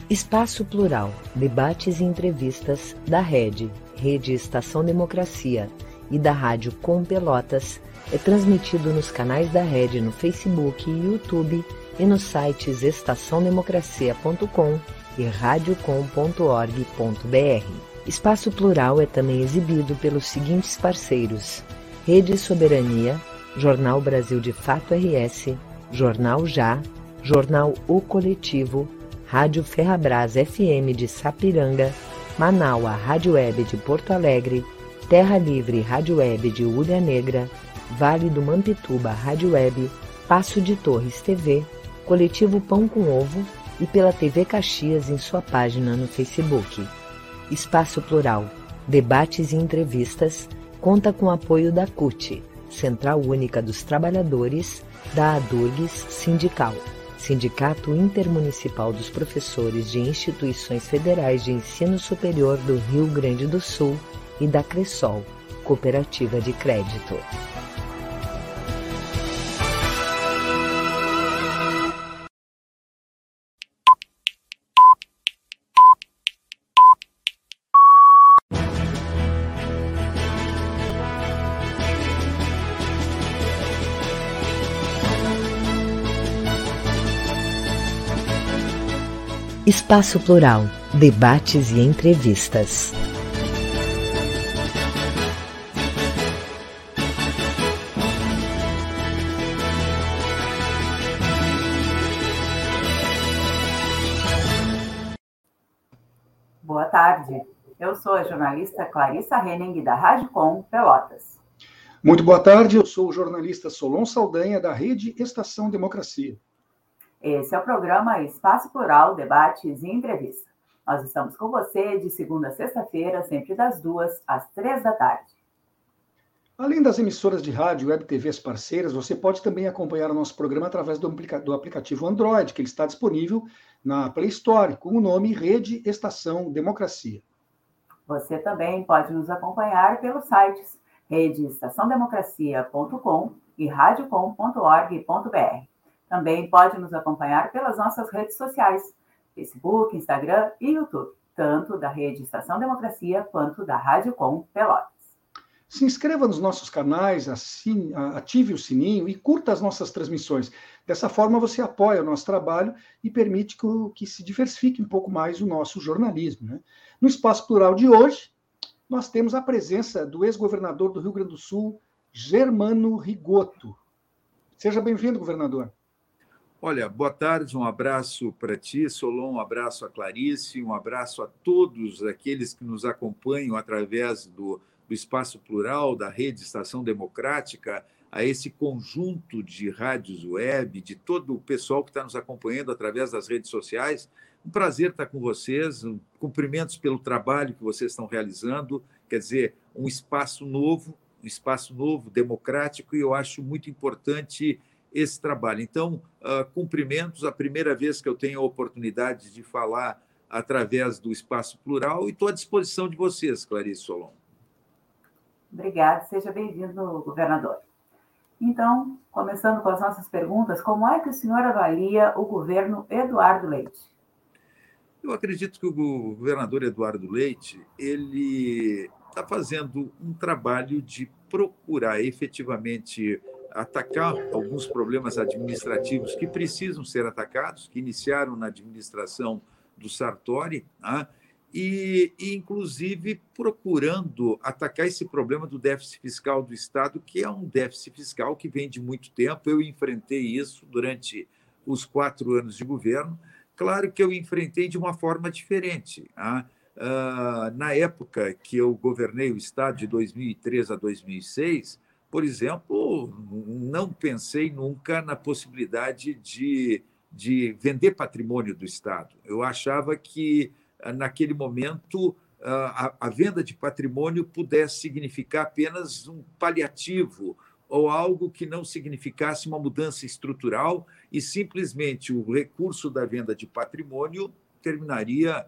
Espaço Plural, debates e entrevistas da Rede Estação Democracia e da Rádio Com Pelotas é transmitido nos canais da Rede no Facebook e YouTube e nos sites estaçãodemocracia.com e radiocom.org.br. Espaço Plural é também exibido pelos seguintes parceiros: Rede Soberania, Jornal Brasil de Fato RS, Jornal Já, Jornal O Coletivo, Rádio Ferrabras FM de Sapiranga, Manaua Rádio Web de Porto Alegre, Terra Livre Rádio Web de Ulha Negra, Vale do Mampituba Rádio Web, Passo de Torres TV, Coletivo Pão com Ovo e pela TV Caxias em sua página no Facebook. Espaço Plural, debates e entrevistas, conta com o apoio da CUT, Central Única dos Trabalhadores, da ADURGS Sindical, Sindicato Intermunicipal dos Professores de Instituições Federais de Ensino Superior do Rio Grande do Sul e da Cressol, Cooperativa de Crédito. Espaço Plural, debates e entrevistas. Boa tarde, eu sou a jornalista Clarissa Henning, da Rádio Com Pelotas. Muito boa tarde, eu sou o jornalista Solon Saldanha, da Rede Estação Democracia. Esse é o programa Espaço Plural, debates e entrevistas. Nós estamos com você de segunda a sexta-feira, sempre das 2 às 3 da tarde. Além das emissoras de rádio e web TVs parceiras, você pode também acompanhar o nosso programa através do aplicativo Android, que ele está disponível na Play Store, com o nome Rede Estação Democracia. Você também pode nos acompanhar pelos sites redeestaçãodemocracia.com e radiocom.org.br. Também pode nos acompanhar pelas nossas redes sociais, Facebook, Instagram e YouTube, tanto da Rede Estação Democracia quanto da Rádio Com Pelotas. Se inscreva nos nossos canais, ative o sininho e curta as nossas transmissões. Dessa forma você apoia o nosso trabalho e permite que se diversifique um pouco mais o nosso jornalismo, né? No Espaço Plural de hoje, nós temos a presença do ex-governador do Rio Grande do Sul, Germano Rigoto. Seja bem-vindo, governador. Olha, boa tarde, um abraço para ti, Solon, um abraço a Clarice, um abraço a todos aqueles que nos acompanham através do Espaço Plural, da Rede Estação Democrática, a esse conjunto de rádios web, de todo o pessoal que está nos acompanhando através das redes sociais. Um prazer estar com vocês, cumprimentos pelo trabalho que vocês estão realizando, quer dizer, um espaço novo, democrático, e eu acho muito importante esse trabalho. Então, cumprimentos, a primeira vez que eu tenho a oportunidade de falar através do Espaço Plural, e estou à disposição de vocês, Clarice Solon. Obrigada, seja bem-vindo, governador. Então, começando com as nossas perguntas, como é que o senhor avalia o governo Eduardo Leite? Eu acredito que o governador Eduardo Leite, ele está fazendo um trabalho de procurar efetivamente atacar alguns problemas administrativos que precisam ser atacados, que iniciaram na administração do Sartori, né? E, inclusive, procurando atacar esse problema do déficit fiscal do Estado, que é um déficit fiscal que vem de muito tempo. Eu enfrentei isso durante os 4 anos de governo. Claro que eu enfrentei de uma forma diferente. Na época que eu governei o Estado, de 2003 a 2006, por exemplo, não pensei nunca na possibilidade de vender patrimônio do Estado. Eu achava que, naquele momento, a venda de patrimônio pudesse significar apenas um paliativo ou algo que não significasse uma mudança estrutural, e simplesmente o recurso da venda de patrimônio terminaria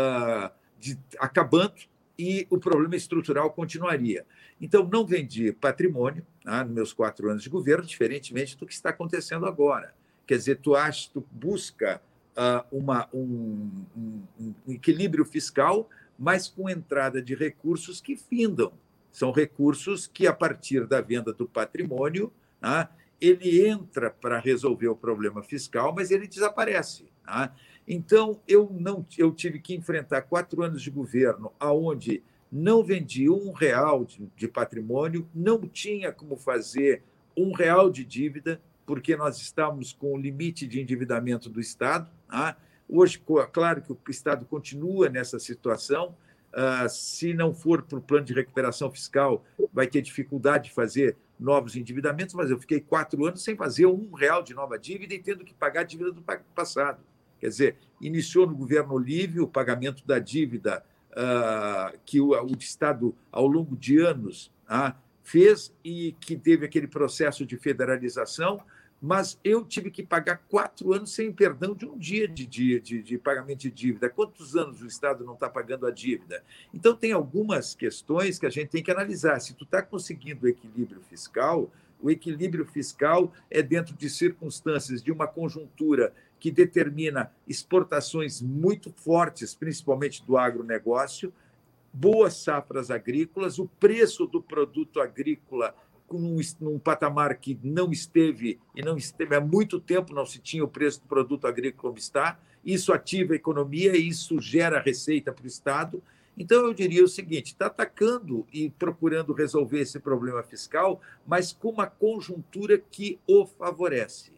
acabando e o problema estrutural continuaria. Então, não vendi patrimônio nos meus 4 anos de governo, diferentemente do que está acontecendo agora. Quer dizer, tu busca um equilíbrio fiscal, mas com entrada de recursos que findam. São recursos que, a partir da venda do patrimônio, ele entra para resolver o problema fiscal, mas ele desaparece. Então, eu tive que enfrentar 4 anos de governo onde não vendi R$1 de patrimônio, não tinha como fazer R$1 de dívida, porque nós estávamos com o limite de endividamento do Estado. Hoje, claro que o Estado continua nessa situação. Se não for para o plano de recuperação fiscal, vai ter dificuldade de fazer novos endividamentos, mas eu fiquei 4 anos sem fazer R$1 de nova dívida e tendo que pagar a dívida do passado. Quer dizer, iniciou no governo Olívio o pagamento da dívida que o Estado, ao longo de anos, fez e que teve aquele processo de federalização, mas eu tive que pagar 4 anos sem perdão de um dia de pagamento de dívida. Quantos anos o Estado não está pagando a dívida? Então, tem algumas questões que a gente tem que analisar. Se tu está conseguindo o equilíbrio fiscal é dentro de circunstâncias de uma conjuntura que determina exportações muito fortes, principalmente do agronegócio, boas safras agrícolas, o preço do produto agrícola num patamar que não esteve há muito tempo, não se tinha o preço do produto agrícola como está. Isso ativa a economia e isso gera receita para o Estado. Então, eu diria o seguinte: está atacando e procurando resolver esse problema fiscal, mas com uma conjuntura que o favorece.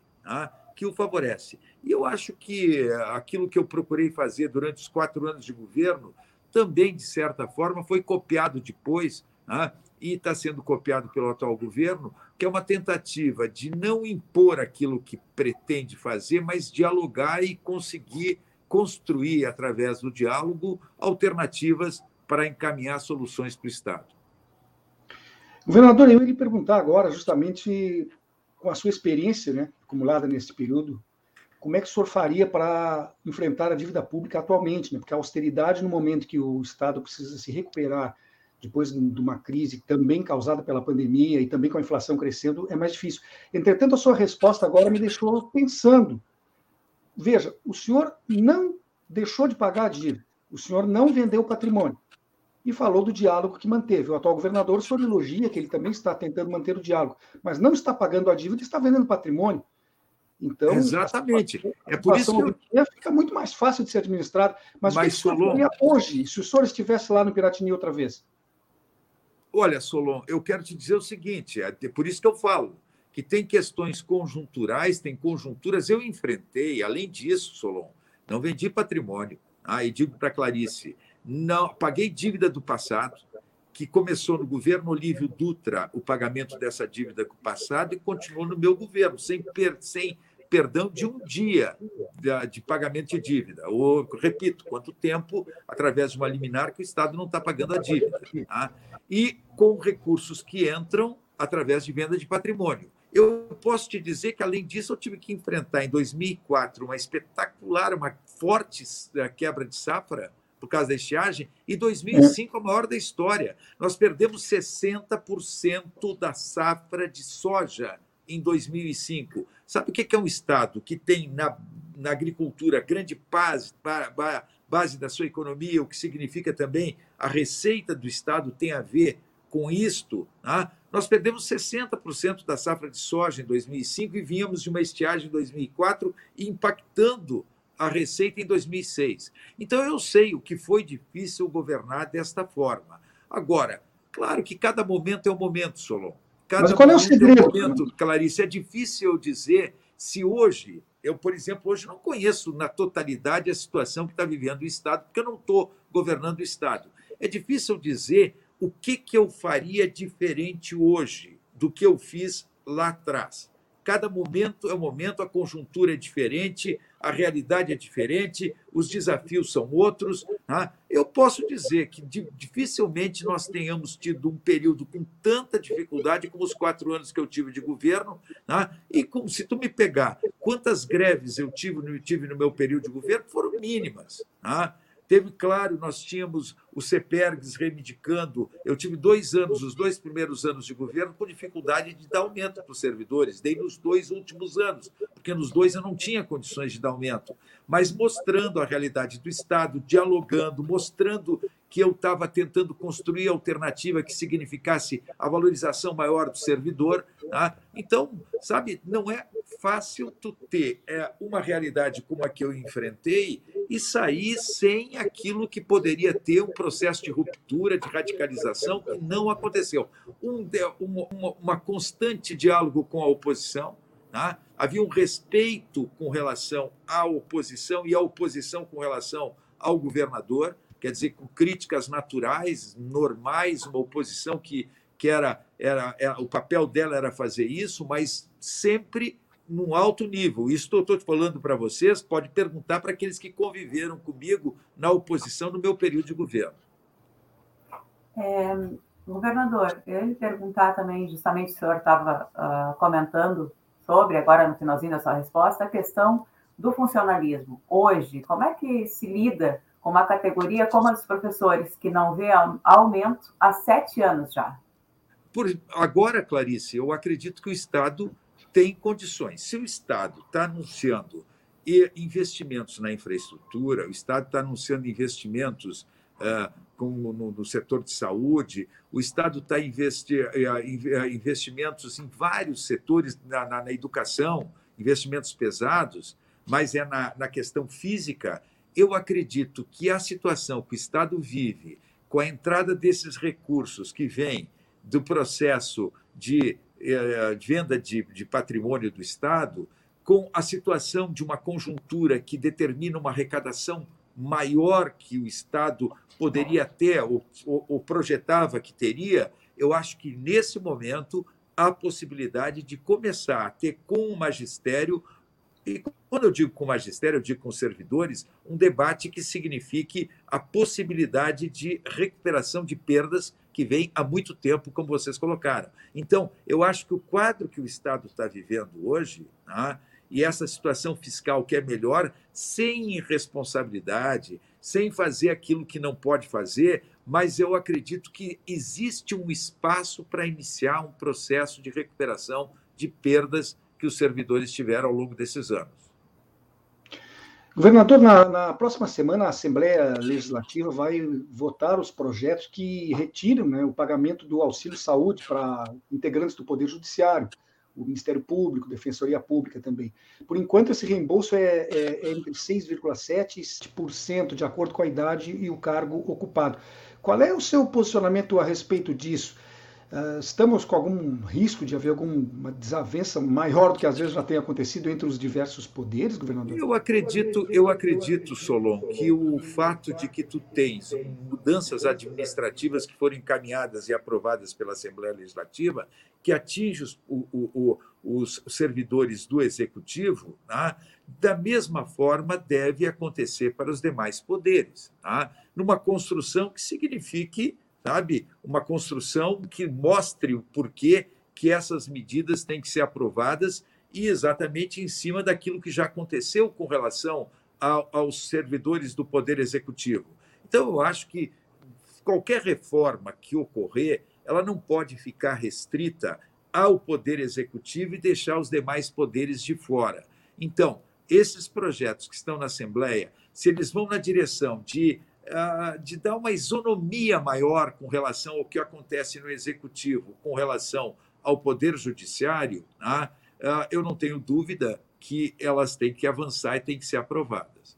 E eu acho que aquilo que eu procurei fazer durante os 4 anos de governo também, de certa forma, foi copiado depois, e está sendo copiado pelo atual governo, que é uma tentativa de não impor aquilo que pretende fazer, mas dialogar e conseguir construir, através do diálogo, alternativas para encaminhar soluções para o Estado. Governador, eu ia lhe perguntar agora, justamente com a sua experiência, acumulada nesse período, como é que o senhor faria para enfrentar a dívida pública atualmente? Porque a austeridade, no momento que o Estado precisa se recuperar depois de uma crise também causada pela pandemia e também com a inflação crescendo, é mais difícil. Entretanto, a sua resposta agora me deixou pensando. Veja, o senhor não deixou de pagar a dívida, o senhor não vendeu o patrimônio e falou do diálogo que manteve. O atual governador, o senhor elogia que ele também está tentando manter o diálogo, mas não está pagando a dívida e está vendendo patrimônio. Então, exatamente. É por isso que fica muito mais fácil de ser administrado. Mas o que o senhor faria hoje, se o senhor estivesse lá no Piratini outra vez? Olha, Solon, eu quero te dizer o seguinte, é por isso que eu falo, que tem questões conjunturais, tem conjunturas. Eu enfrentei, além disso, Solon, não vendi patrimônio. E digo para a Clarice, não paguei dívida do passado, que começou no governo Olívio Dutra, o pagamento dessa dívida do passado, e continuou no meu governo, sem perdão de um dia de pagamento de dívida. Ou, repito, quanto tempo, através de uma liminar, que o Estado não está pagando a dívida. E com recursos que entram através de venda de patrimônio. Eu posso te dizer que, além disso, eu tive que enfrentar, em 2004, uma forte quebra de safra, por causa da estiagem, e 2005 a maior da história. Nós perdemos 60% da safra de soja em 2005. Sabe o que é um Estado que tem na agricultura grande base da sua economia, o que significa também a receita do Estado tem a ver com isto? Nós perdemos 60% da safra de soja em 2005 e vínhamos de uma estiagem em 2004 impactando a receita em 2006. Então, eu sei o que foi difícil governar desta forma. Agora, claro que cada momento é um momento, Solon. Mas qual é o segredo? Clarice, é difícil dizer se hoje, eu, por exemplo, hoje não conheço na totalidade a situação que está vivendo o Estado, porque eu não estou governando o Estado. É difícil dizer o que eu faria diferente hoje do que eu fiz lá atrás. Cada momento é um momento, a conjuntura é diferente, a realidade é diferente, os desafios são outros. Eu posso dizer que dificilmente nós tenhamos tido um período com tanta dificuldade como os 4 anos que eu tive de governo. E se tu me pegar quantas greves eu tive no meu período de governo, foram mínimas. Teve, claro, nós tínhamos o CEPERGS reivindicando. Eu tive 2 anos, os 2 primeiros anos de governo, com dificuldade de dar aumento para os servidores. Dei nos 2 últimos anos, porque nos 2 eu não tinha condições de dar aumento. Mas mostrando a realidade do Estado, dialogando, mostrando que eu estava tentando construir alternativa que significasse a valorização maior do servidor. Tá? Então, sabe, não é fácil tu ter uma realidade como a que eu enfrentei e sair sem aquilo que poderia ter um processo de ruptura, de radicalização, que não aconteceu. Uma constante diálogo com a oposição, tá? Havia um respeito com relação à oposição e a oposição com relação ao governador, quer dizer, com críticas naturais, normais, uma oposição que o papel dela era fazer isso, mas sempre num alto nível. Isso estou falando para vocês, pode perguntar para aqueles que conviveram comigo na oposição no meu período de governo. Governador, eu ia perguntar também, justamente o senhor estava comentando sobre, agora no finalzinho da sua resposta, a questão do funcionalismo. Hoje, como é que se lida com uma categoria como a dos professores, que não vê aumento há 7 anos já? Agora, Clarice, eu acredito que o Estado tem condições. Se o Estado está anunciando investimentos na infraestrutura, o Estado está anunciando investimentos como no setor de saúde, o Estado está investimentos em vários setores, na educação, investimentos pesados, mas na questão física. Eu acredito que a situação que o Estado vive, com a entrada desses recursos que vêm do processo de venda de patrimônio do Estado, com a situação de uma conjuntura que determina uma arrecadação maior que o Estado poderia ter ou projetava que teria, eu acho que, nesse momento, há possibilidade de começar a ter com o magistério, e quando eu digo com o magistério, eu digo com os servidores, um debate que signifique a possibilidade de recuperação de perdas que vem há muito tempo, como vocês colocaram. Então, eu acho que o quadro que o Estado está vivendo hoje, né, e essa situação fiscal que é melhor, sem irresponsabilidade, sem fazer aquilo que não pode fazer, mas eu acredito que existe um espaço para iniciar um processo de recuperação de perdas que os servidores tiveram ao longo desses anos. Governador, na próxima semana, a Assembleia Legislativa vai votar os projetos que retiram, né, o pagamento do auxílio saúde para integrantes do Poder Judiciário, o Ministério Público, Defensoria Pública também. Por enquanto, esse reembolso é entre 6,7% e 7%, de acordo com a idade e o cargo ocupado. Qual é o seu posicionamento a respeito disso? Estamos com algum risco de haver alguma desavença maior do que às vezes já tem acontecido entre os diversos poderes, governador? Eu acredito, Solon, que o fato de que tu tens mudanças administrativas que foram encaminhadas e aprovadas pela Assembleia Legislativa, que atinge os servidores do Executivo, tá? Da mesma forma deve acontecer para os demais poderes, tá? Numa construção que signifique, sabe, uma construção que mostre o porquê que essas medidas têm que ser aprovadas e exatamente em cima daquilo que já aconteceu com relação aos servidores do Poder Executivo. Então, eu acho que qualquer reforma que ocorrer, ela não pode ficar restrita ao Poder Executivo e deixar os demais poderes de fora. Então, esses projetos que estão na Assembleia, se eles vão na direção de dar uma isonomia maior com relação ao que acontece no Executivo, com relação ao Poder Judiciário, né? Eu não tenho dúvida que elas têm que avançar e têm que ser aprovadas.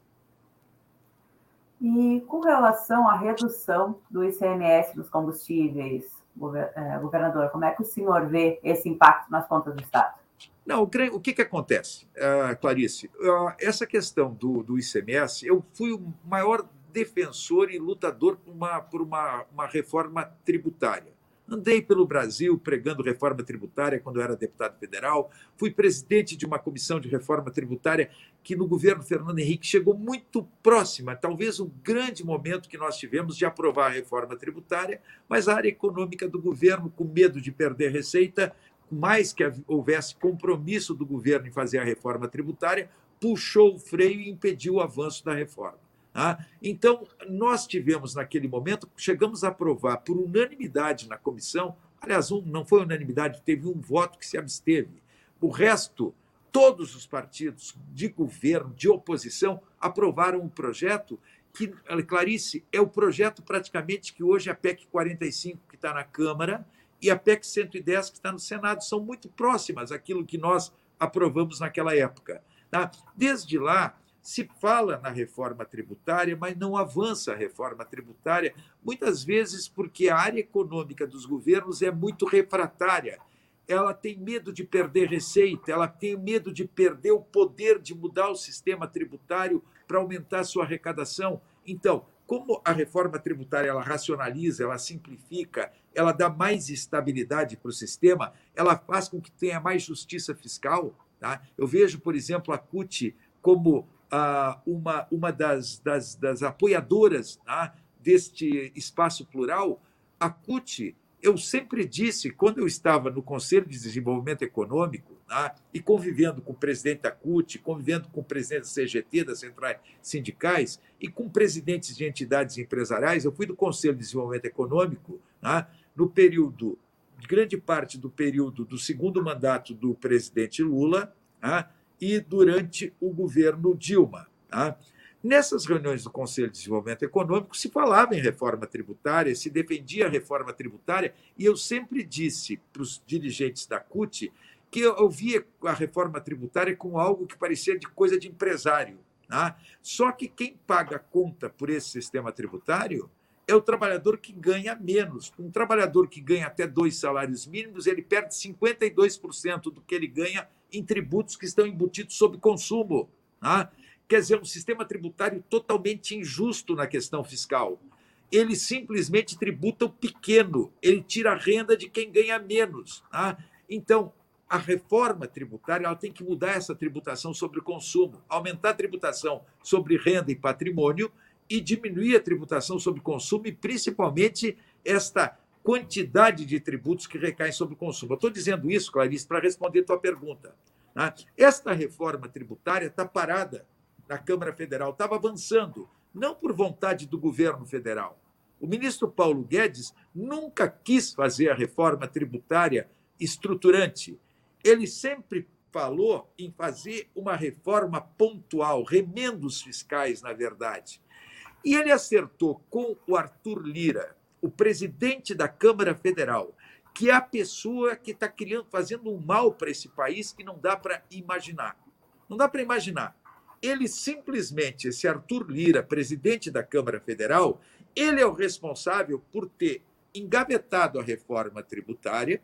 E com relação à redução do ICMS nos combustíveis, governador, como é que o senhor vê esse impacto nas contas do Estado? Não, o que acontece, Clarice? Essa questão do ICMS, eu fui o maior defensor e lutador por uma reforma tributária. Andei pelo Brasil pregando reforma tributária quando eu era deputado federal, fui presidente de uma comissão de reforma tributária que no governo Fernando Henrique chegou muito próxima, talvez um grande momento que nós tivemos de aprovar a reforma tributária, mas a área econômica do governo, com medo de perder receita, mais que houvesse compromisso do governo em fazer a reforma tributária, puxou o freio e impediu o avanço da reforma. Tá? Então, nós tivemos, naquele momento, chegamos a aprovar por unanimidade na comissão, aliás, não foi unanimidade, teve um voto que se absteve. O resto, todos os partidos de governo, de oposição, aprovaram um projeto que, Clarice, é o projeto praticamente que hoje é a PEC 45, que está na Câmara, e a PEC 110, que está no Senado, são muito próximas àquilo que nós aprovamos naquela época. Tá? Desde lá, se fala na reforma tributária, mas não avança a reforma tributária, muitas vezes porque a área econômica dos governos é muito refratária. Ela tem medo de perder receita, ela tem medo de perder o poder de mudar o sistema tributário para aumentar a sua arrecadação. Então, como a reforma tributária ela racionaliza, ela simplifica, ela dá mais estabilidade para o sistema, ela faz com que tenha mais justiça fiscal. Tá? Eu vejo, por exemplo, a CUT como uma das apoiadoras, tá, deste espaço plural. A CUT, eu sempre disse, quando eu estava no Conselho de Desenvolvimento Econômico, tá, e convivendo com o presidente da CUT, convivendo com o presidente da CGT, das centrais sindicais, e com presidentes de entidades empresariais, eu fui do Conselho de Desenvolvimento Econômico, tá, no período, grande parte do período do segundo mandato do presidente Lula, tá, e durante o governo Dilma. Tá? Nessas reuniões do Conselho de Desenvolvimento Econômico se falava em reforma tributária, se defendia a reforma tributária, e eu sempre disse para os dirigentes da CUT que eu via a reforma tributária como algo que parecia de coisa de empresário. Tá? Só que quem paga a conta por esse sistema tributário é o trabalhador que ganha menos. Um trabalhador que ganha até 2 salários mínimos, ele perde 52% do que ele ganha em tributos que estão embutidos sob consumo. Tá? Quer dizer, um sistema tributário totalmente injusto na questão fiscal. Ele simplesmente tributa o pequeno, ele tira a renda de quem ganha menos. Tá? Então, a reforma tributária ela tem que mudar essa tributação sobre o consumo, aumentar a tributação sobre renda e patrimônio e diminuir a tributação sobre consumo e, principalmente, esta quantidade de tributos que recaem sobre o consumo. Eu estou dizendo isso, Clarice, para responder a tua pergunta. Tá? Esta reforma tributária está parada na Câmara Federal, estava avançando, não por vontade do governo federal. O ministro Paulo Guedes nunca quis fazer a reforma tributária estruturante. Ele sempre falou em fazer uma reforma pontual, remendos fiscais, na verdade. E ele acertou com o Arthur Lira, o presidente da Câmara Federal, que é a pessoa que está fazendo um mal para esse país que não dá para imaginar. Não dá para imaginar. Ele simplesmente, esse Arthur Lira, presidente da Câmara Federal, ele é o responsável por ter engavetado a reforma tributária,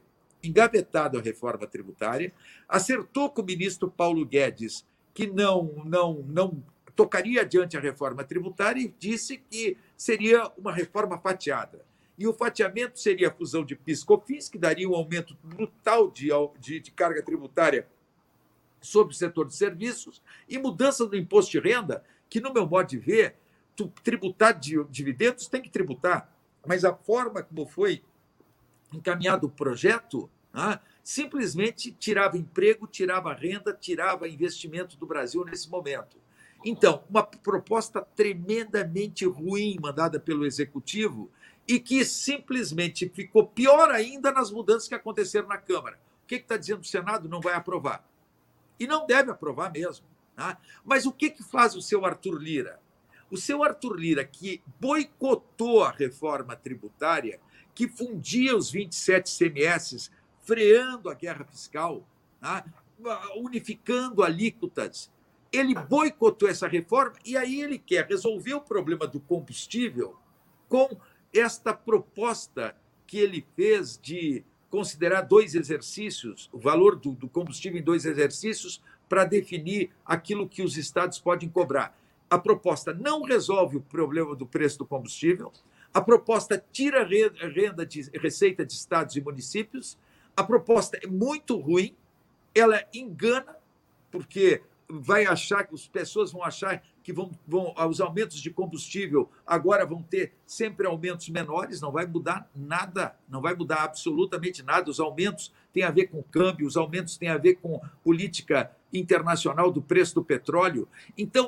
acertou com o ministro Paulo Guedes que não tocaria adiante a reforma tributária e disse que seria uma reforma fatiada. E o fatiamento seria a fusão de PIS/COFINS, que daria um aumento brutal de carga tributária sobre o setor de serviços, e mudança do imposto de renda, que, no meu modo de ver, tributar dividendos tem que tributar, mas a forma como foi encaminhado o projeto, simplesmente tirava emprego, tirava renda, tirava investimento do Brasil nesse momento. Então, uma proposta tremendamente ruim mandada pelo Executivo e que simplesmente ficou pior ainda nas mudanças que aconteceram na Câmara. O que está dizendo o Senado? Não vai aprovar. E não deve aprovar mesmo. Tá? Mas o que faz o seu Arthur Lira? O seu Arthur Lira, que boicotou a reforma tributária, que fundia os 27 CMS, freando a guerra fiscal, tá? Unificando alíquotas, ele boicotou essa reforma e aí ele quer resolver o problema do combustível com esta proposta que ele fez de considerar 2 exercícios, o valor do combustível em 2 exercícios para definir aquilo que os estados podem cobrar. A proposta não resolve o problema do preço do combustível, a proposta tira receita de estados e municípios, a proposta é muito ruim, ela engana, porque vai achar que as pessoas vão achar que os aumentos de combustível agora vão ter sempre aumentos menores, não vai mudar nada, não vai mudar absolutamente nada. Os aumentos têm a ver com câmbio, os aumentos têm a ver com política internacional do preço do petróleo. Então,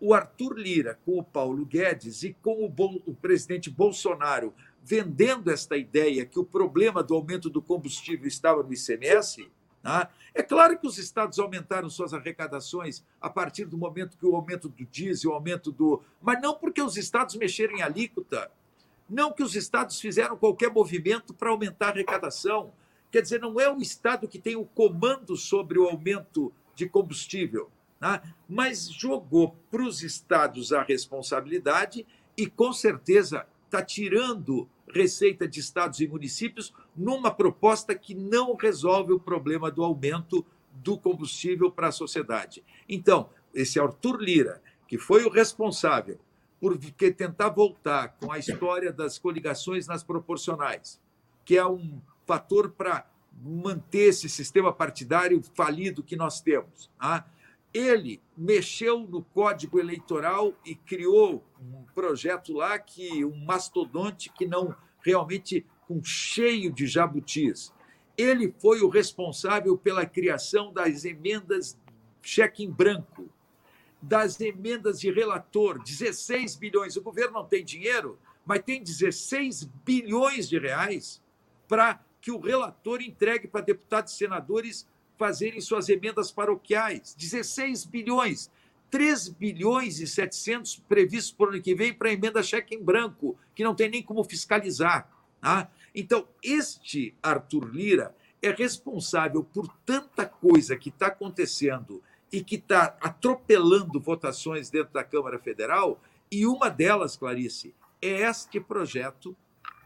o Arthur Lira, com o Paulo Guedes e com o presidente Bolsonaro vendendo esta ideia que o problema do aumento do combustível estava no ICMS, né? É claro que os estados aumentaram suas arrecadações a partir do momento que o aumento do diesel, o aumento do... Mas não porque os estados mexeram em alíquota, não que os estados fizeram qualquer movimento para aumentar a arrecadação. Quer dizer, não é o estado que tem o comando sobre o aumento de combustível, né? Mas jogou para os estados a responsabilidade e, com certeza, está tirando receita de estados e municípios numa proposta que não resolve o problema do aumento do combustível para a sociedade. Então, esse Arthur Lira, que foi o responsável por tentar voltar com a história das coligações nas proporcionais, que é um fator para manter esse sistema partidário falido que nós temos, tá? Ele mexeu no Código Eleitoral e criou um projeto lá, um mastodonte que não realmente cheio de jabutis. Ele foi o responsável pela criação das emendas cheque em branco, das emendas de relator, 16 bilhões. O governo não tem dinheiro, mas tem 16 bilhões de reais para que o relator entregue para deputados e senadores fazerem suas emendas paroquiais. 16 bilhões. 3 bilhões e 700 previstos para o ano que vem para a emenda cheque em branco, que não tem nem como fiscalizar. Tá? Então, este Arthur Lira é responsável por tanta coisa que está acontecendo e que está atropelando votações dentro da Câmara Federal, e uma delas, Clarice, é este projeto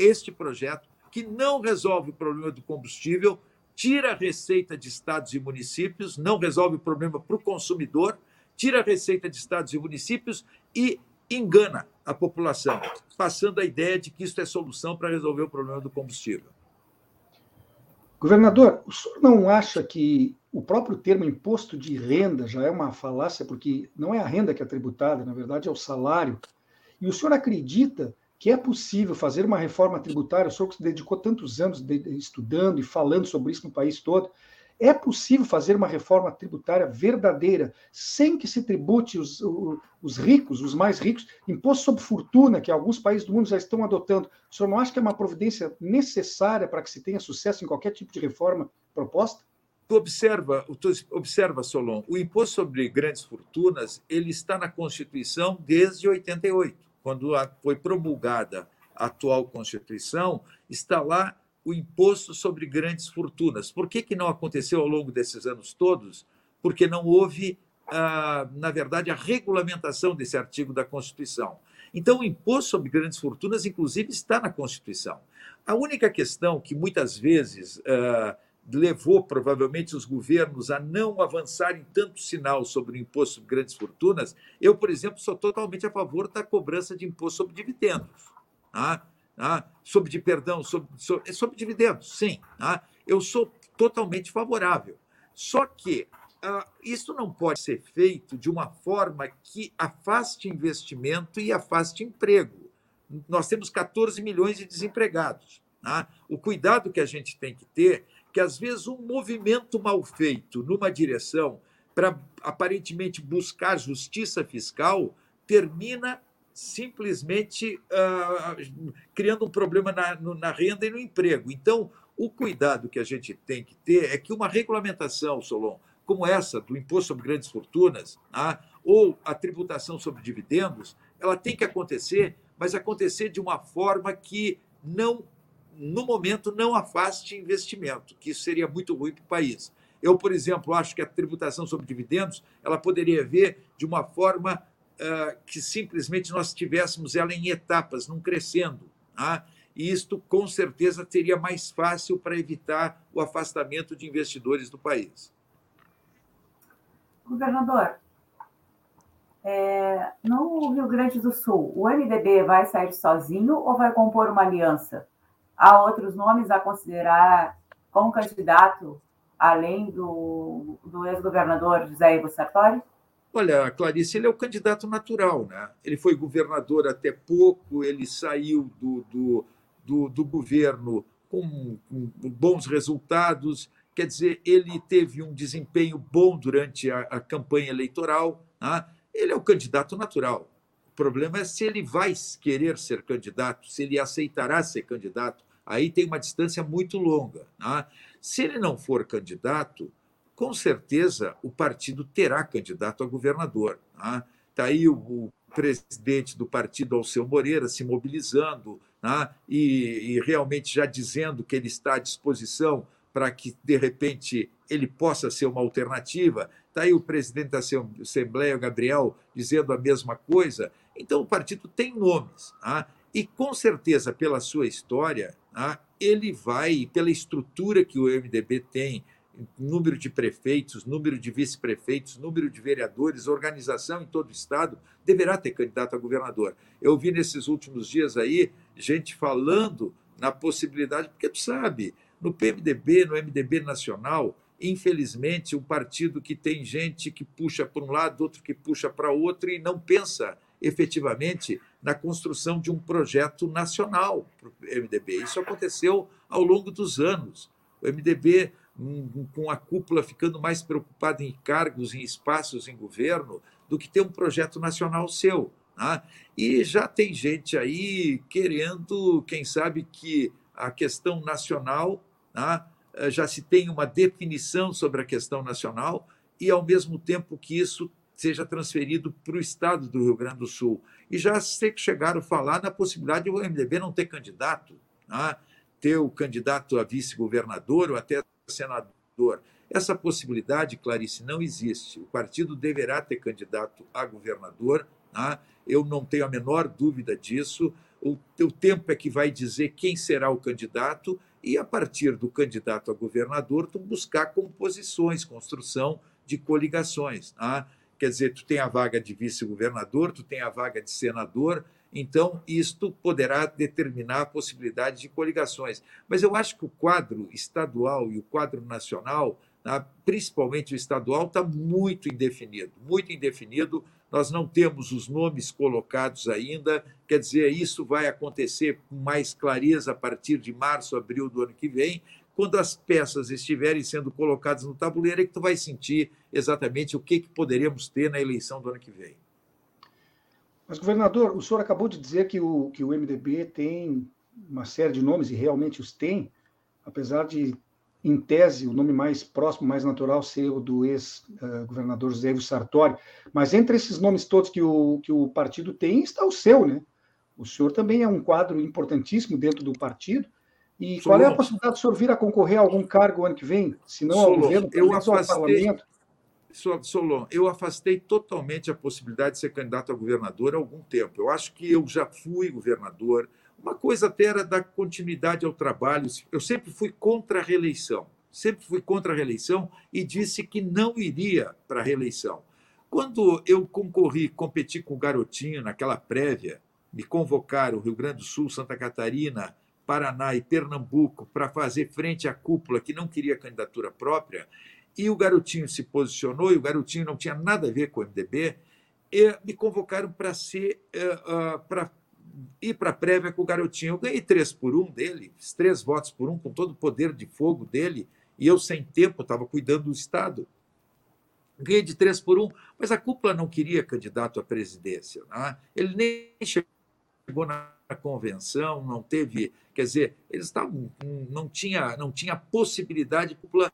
que não resolve o problema do combustível, tira a receita de estados e municípios, não resolve o problema para o consumidor, tira a receita de estados e municípios e engana a população, passando a ideia de que isso é solução para resolver o problema do combustível. Governador, o senhor não acha que o próprio termo imposto de renda já é uma falácia, porque não é a renda que é tributada, na verdade é o salário, e o senhor acredita que é possível fazer uma reforma tributária? O senhor que se dedicou tantos anos estudando e falando sobre isso no país todo, é possível fazer uma reforma tributária verdadeira, sem que se tribute os ricos, os mais ricos, imposto sobre fortuna, que alguns países do mundo já estão adotando? O senhor não acha que é uma providência necessária para que se tenha sucesso em qualquer tipo de reforma proposta? Tu observa, Solon, o imposto sobre grandes fortunas ele está na Constituição desde 88. Quando foi promulgada a atual Constituição, está lá o imposto sobre grandes fortunas. Por que não aconteceu ao longo desses anos todos? Porque não houve, na verdade, a regulamentação desse artigo da Constituição. Então, o imposto sobre grandes fortunas, inclusive, está na Constituição. A única questão que muitas vezes levou, provavelmente, os governos a não avançarem tanto sinal sobre o imposto sobre grandes fortunas, eu, por exemplo, sou totalmente a favor da cobrança de imposto sobre dividendos. Sobre dividendos, sim. Eu sou totalmente favorável. Só que isso não pode ser feito de uma forma que afaste investimento e afaste emprego. Nós temos 14 milhões de desempregados. O cuidado que a gente tem que ter, que às vezes um movimento mal feito numa direção para aparentemente buscar justiça fiscal termina simplesmente criando um problema na renda e no emprego. Então, o cuidado que a gente tem que ter é que uma regulamentação, Solon, como essa do imposto sobre grandes fortunas, ou a tributação sobre dividendos, ela tem que acontecer, mas acontecer de uma forma que não, no momento, não afaste investimento, que isso seria muito ruim para o país. Eu, por exemplo, acho que a tributação sobre dividendos ela poderia vir de uma forma que simplesmente nós tivéssemos ela em etapas, não crescendo. E isto, com certeza, seria mais fácil para evitar o afastamento de investidores do país. Governador, no Rio Grande do Sul, o MDB vai sair sozinho ou vai compor uma aliança? Há outros nomes a considerar como candidato, além do ex-governador José Ivo Sartori? Olha, Clarice, ele é o candidato natural, né? Ele foi governador até pouco, ele saiu do governo com bons resultados, quer dizer, ele teve um desempenho bom durante a campanha eleitoral, né? ele é o candidato natural. O problema é se ele vai querer ser candidato, se ele aceitará ser candidato. Aí tem uma distância muito longa. Né? Se ele não for candidato, com certeza o partido terá candidato a governador. Né? Está aí o presidente do partido, Alceu Moreira, se mobilizando, né? e realmente já dizendo que ele está à disposição para que, de repente, ele possa ser uma alternativa. Está aí o presidente da Assembleia, Gabriel, dizendo a mesma coisa. Então, o partido tem nomes. Né? E, com certeza, pela sua história, né, ele vai, pela estrutura que o MDB tem, número de prefeitos, número de vice-prefeitos, número de vereadores, organização em todo o Estado, deverá ter candidato a governador. Eu vi nesses últimos dias aí gente falando na possibilidade, porque tu sabe, no PMDB, no MDB nacional, infelizmente, um partido que tem gente que puxa para um lado, outro que puxa para outro e não pensa efetivamente na construção de um projeto nacional para o MDB. Isso aconteceu ao longo dos anos. O MDB, com a cúpula ficando mais preocupada em cargos, em espaços em governo, do que ter um projeto nacional seu. Né? E já tem gente aí querendo, quem sabe, que a questão nacional, né, já se tem uma definição sobre a questão nacional e, ao mesmo tempo, que isso seja transferido para o estado do Rio Grande do Sul. E já chegaram a falar na possibilidade de o MDB não ter candidato, né? Ter o candidato a vice-governador ou até senador. Essa possibilidade, Clarice, não existe. O partido deverá ter candidato a governador, né? Eu não tenho a menor dúvida disso. O tempo é que vai dizer quem será o candidato e, a partir do candidato a governador, tu buscar composições, construção de coligações. Né? Quer dizer, tu tem a vaga de vice-governador, tu tem a vaga de senador, então isto poderá determinar a possibilidade de coligações. Mas eu acho que o quadro estadual e o quadro nacional, principalmente o estadual, está muito indefinido, muito indefinido. Nós não temos os nomes colocados ainda, quer dizer, isso vai acontecer com mais clareza a partir de março, abril do ano que vem. Quando as peças estiverem sendo colocadas no tabuleiro, é que tu vai sentir exatamente o que poderemos ter na eleição do ano que vem. Mas, governador, o senhor acabou de dizer que o MDB tem uma série de nomes, e realmente os tem, apesar de, em tese, o nome mais próximo, mais natural, ser o do ex-governador José Ivo Sartori. Mas entre esses nomes todos que o partido tem, está o seu, né? O senhor também é um quadro importantíssimo dentro do partido. E qual é a possibilidade do senhor vir a concorrer a algum cargo ano que vem? Se não ao governo, pelo menos ao parlamento? Solon, eu afastei totalmente a possibilidade de ser candidato a governador há algum tempo. Eu acho que eu já fui governador. Uma coisa até era dar continuidade ao trabalho. Eu sempre fui contra a reeleição. Sempre fui contra a reeleição e disse que não iria para a reeleição. Quando eu competi com o Garotinho naquela prévia, me convocaram Rio Grande do Sul, Santa Catarina, Paraná e Pernambuco para fazer frente à cúpula que não queria candidatura própria, e o Garotinho se posicionou, e o Garotinho não tinha nada a ver com o MDB, e me convocaram para ir para a prévia com o Garotinho. Eu ganhei 3-1 dele, 3 votos por 1, com todo o poder de fogo dele, e eu, sem tempo, estava cuidando do Estado. Ganhei de 3-1, mas a cúpula não queria candidato à presidência. Né? Ele nem chegou na convenção, não teve, quer dizer, eles estavam, não tinha possibilidade de cúpula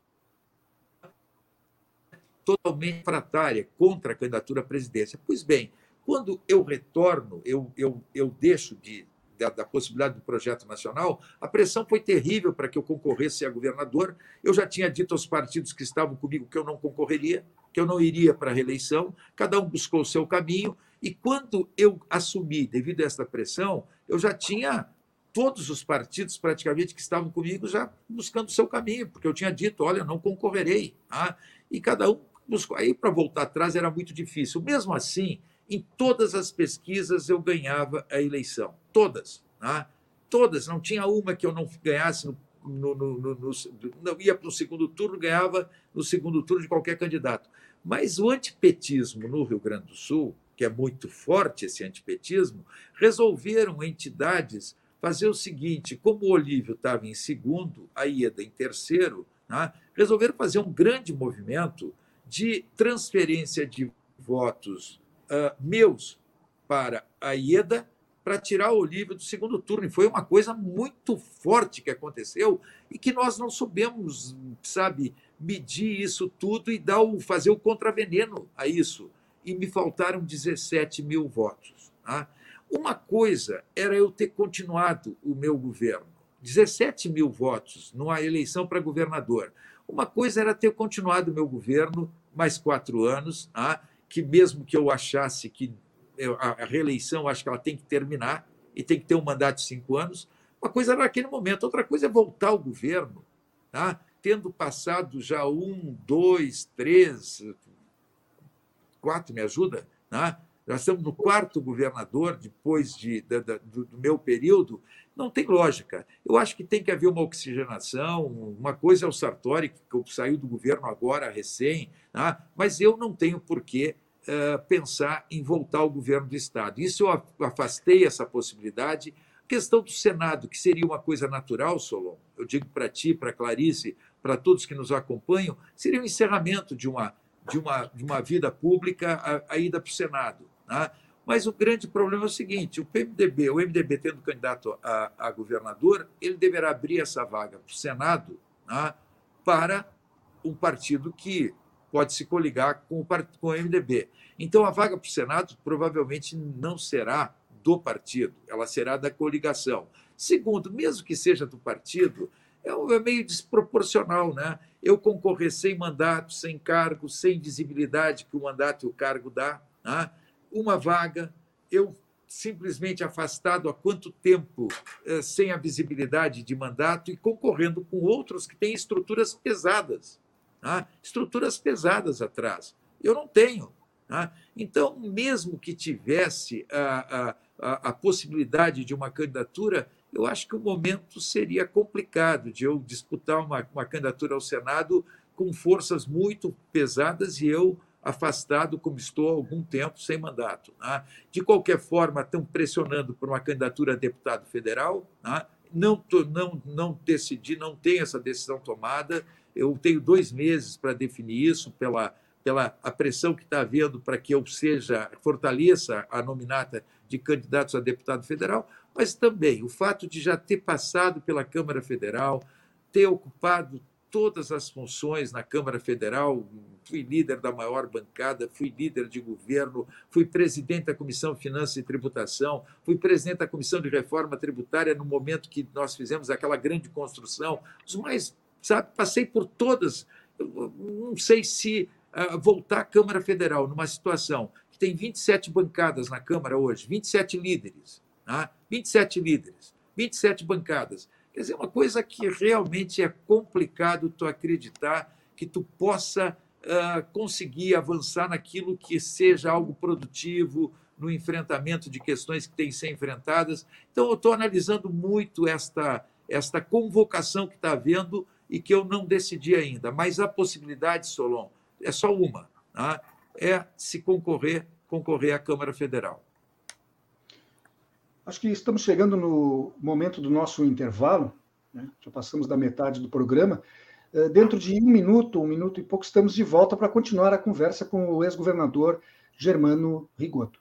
totalmente fratária contra a candidatura à presidência. Pois bem, quando eu retorno, eu deixo da possibilidade do projeto nacional, a pressão foi terrível para que eu concorresse a governador. Eu já tinha dito aos partidos que estavam comigo que eu não concorreria, que eu não iria para a reeleição, cada um buscou o seu caminho, e quando eu assumi, devido a essa pressão, eu já tinha todos os partidos praticamente que estavam comigo já buscando o seu caminho, porque eu tinha dito, olha, não concorrerei. Tá? E cada um buscou. Aí, para voltar atrás, era muito difícil. Mesmo assim, em todas as pesquisas eu ganhava a eleição. Todas. Tá? Todas. Não tinha uma que eu não ganhasse não ia para o segundo turno, ganhava no segundo turno de qualquer candidato. Mas o antipetismo no Rio Grande do Sul, que é muito forte esse antipetismo, resolveram entidades fazer o seguinte, como o Olívio estava em segundo, a Ieda em terceiro, né, resolveram fazer um grande movimento de transferência de votos meus para a Ieda para tirar o Olívio do segundo turno. E foi uma coisa muito forte que aconteceu e que nós não soubemos, medir isso tudo e fazer o contraveneno a isso. E me faltaram 17 mil votos. Tá? Uma coisa era eu ter continuado o meu governo. 17 mil votos numa eleição para governador. Uma coisa era ter continuado o meu governo mais 4 anos, tá? Que mesmo que eu achasse que a reeleição, acho que ela tem que terminar e tem que ter um mandato de 5 anos. Uma coisa era naquele momento, outra coisa é voltar ao governo, tá? Tendo passado já 1, 2, 3, 4, me ajuda? Tá? Nós estamos no 4º governador depois do meu período. Não tem lógica. Eu acho que tem que haver uma oxigenação. Uma coisa é o Sartori, que saiu do governo agora, recém, tá? Mas eu não tenho por que pensar em voltar ao governo do Estado. Isso eu afastei essa possibilidade. A questão do Senado, que seria uma coisa natural, Solon, eu digo para ti, para Clarice, para todos que nos acompanham, seria o encerramento de uma vida pública, a ida para o Senado. Tá? Mas o grande problema é o seguinte, o MDB tendo candidato a governador, ele deverá abrir essa vaga para o Senado, tá? Para um partido que pode se coligar com o MDB. Então, a vaga para o Senado provavelmente não será do partido, ela será da coligação. Segundo, mesmo que seja do partido, é meio desproporcional, né? Eu concorrer sem mandato, sem cargo, sem visibilidade que o mandato e o cargo dá, tá? Uma vaga, eu simplesmente afastado há quanto tempo sem a visibilidade de mandato e concorrendo com outros que têm estruturas pesadas, tá? Estruturas pesadas atrás. Eu não tenho. Tá? Então, mesmo que tivesse a possibilidade de uma candidatura, eu acho que o momento seria complicado de eu disputar uma candidatura ao Senado com forças muito pesadas e eu afastado, como estou há algum tempo, sem mandato. Tá? De qualquer forma, estão pressionando por uma candidatura a deputado federal. Tá? Não decidi, não tenho essa decisão tomada. Eu tenho 2 meses para definir isso pela a pressão que está havendo para que eu fortaleça a nominata de candidatos a deputado federal, mas também o fato de já ter passado pela Câmara Federal, ter ocupado todas as funções na Câmara Federal, fui líder da maior bancada, fui líder de governo, fui presidente da Comissão de Finanças e Tributação, fui presidente da Comissão de Reforma Tributária no momento que nós fizemos aquela grande construção, passei por todas, eu não sei se voltar à Câmara Federal numa situação que tem 27 bancadas na Câmara hoje, 27 líderes, tá? 27 líderes, 27 bancadas. Quer dizer, uma coisa que realmente é complicado tu acreditar que tu possa conseguir avançar naquilo que seja algo produtivo no enfrentamento de questões que têm que ser enfrentadas. Então, eu estou analisando muito esta convocação que está havendo e que eu não decidi ainda. Mas a possibilidade, Solon, é só uma, tá? É se concorrer à Câmara Federal. Acho que estamos chegando no momento do nosso intervalo, né? Já passamos da metade do programa. Dentro de 1 minuto e pouco, estamos de volta para continuar a conversa com o ex-governador Germano Rigotto.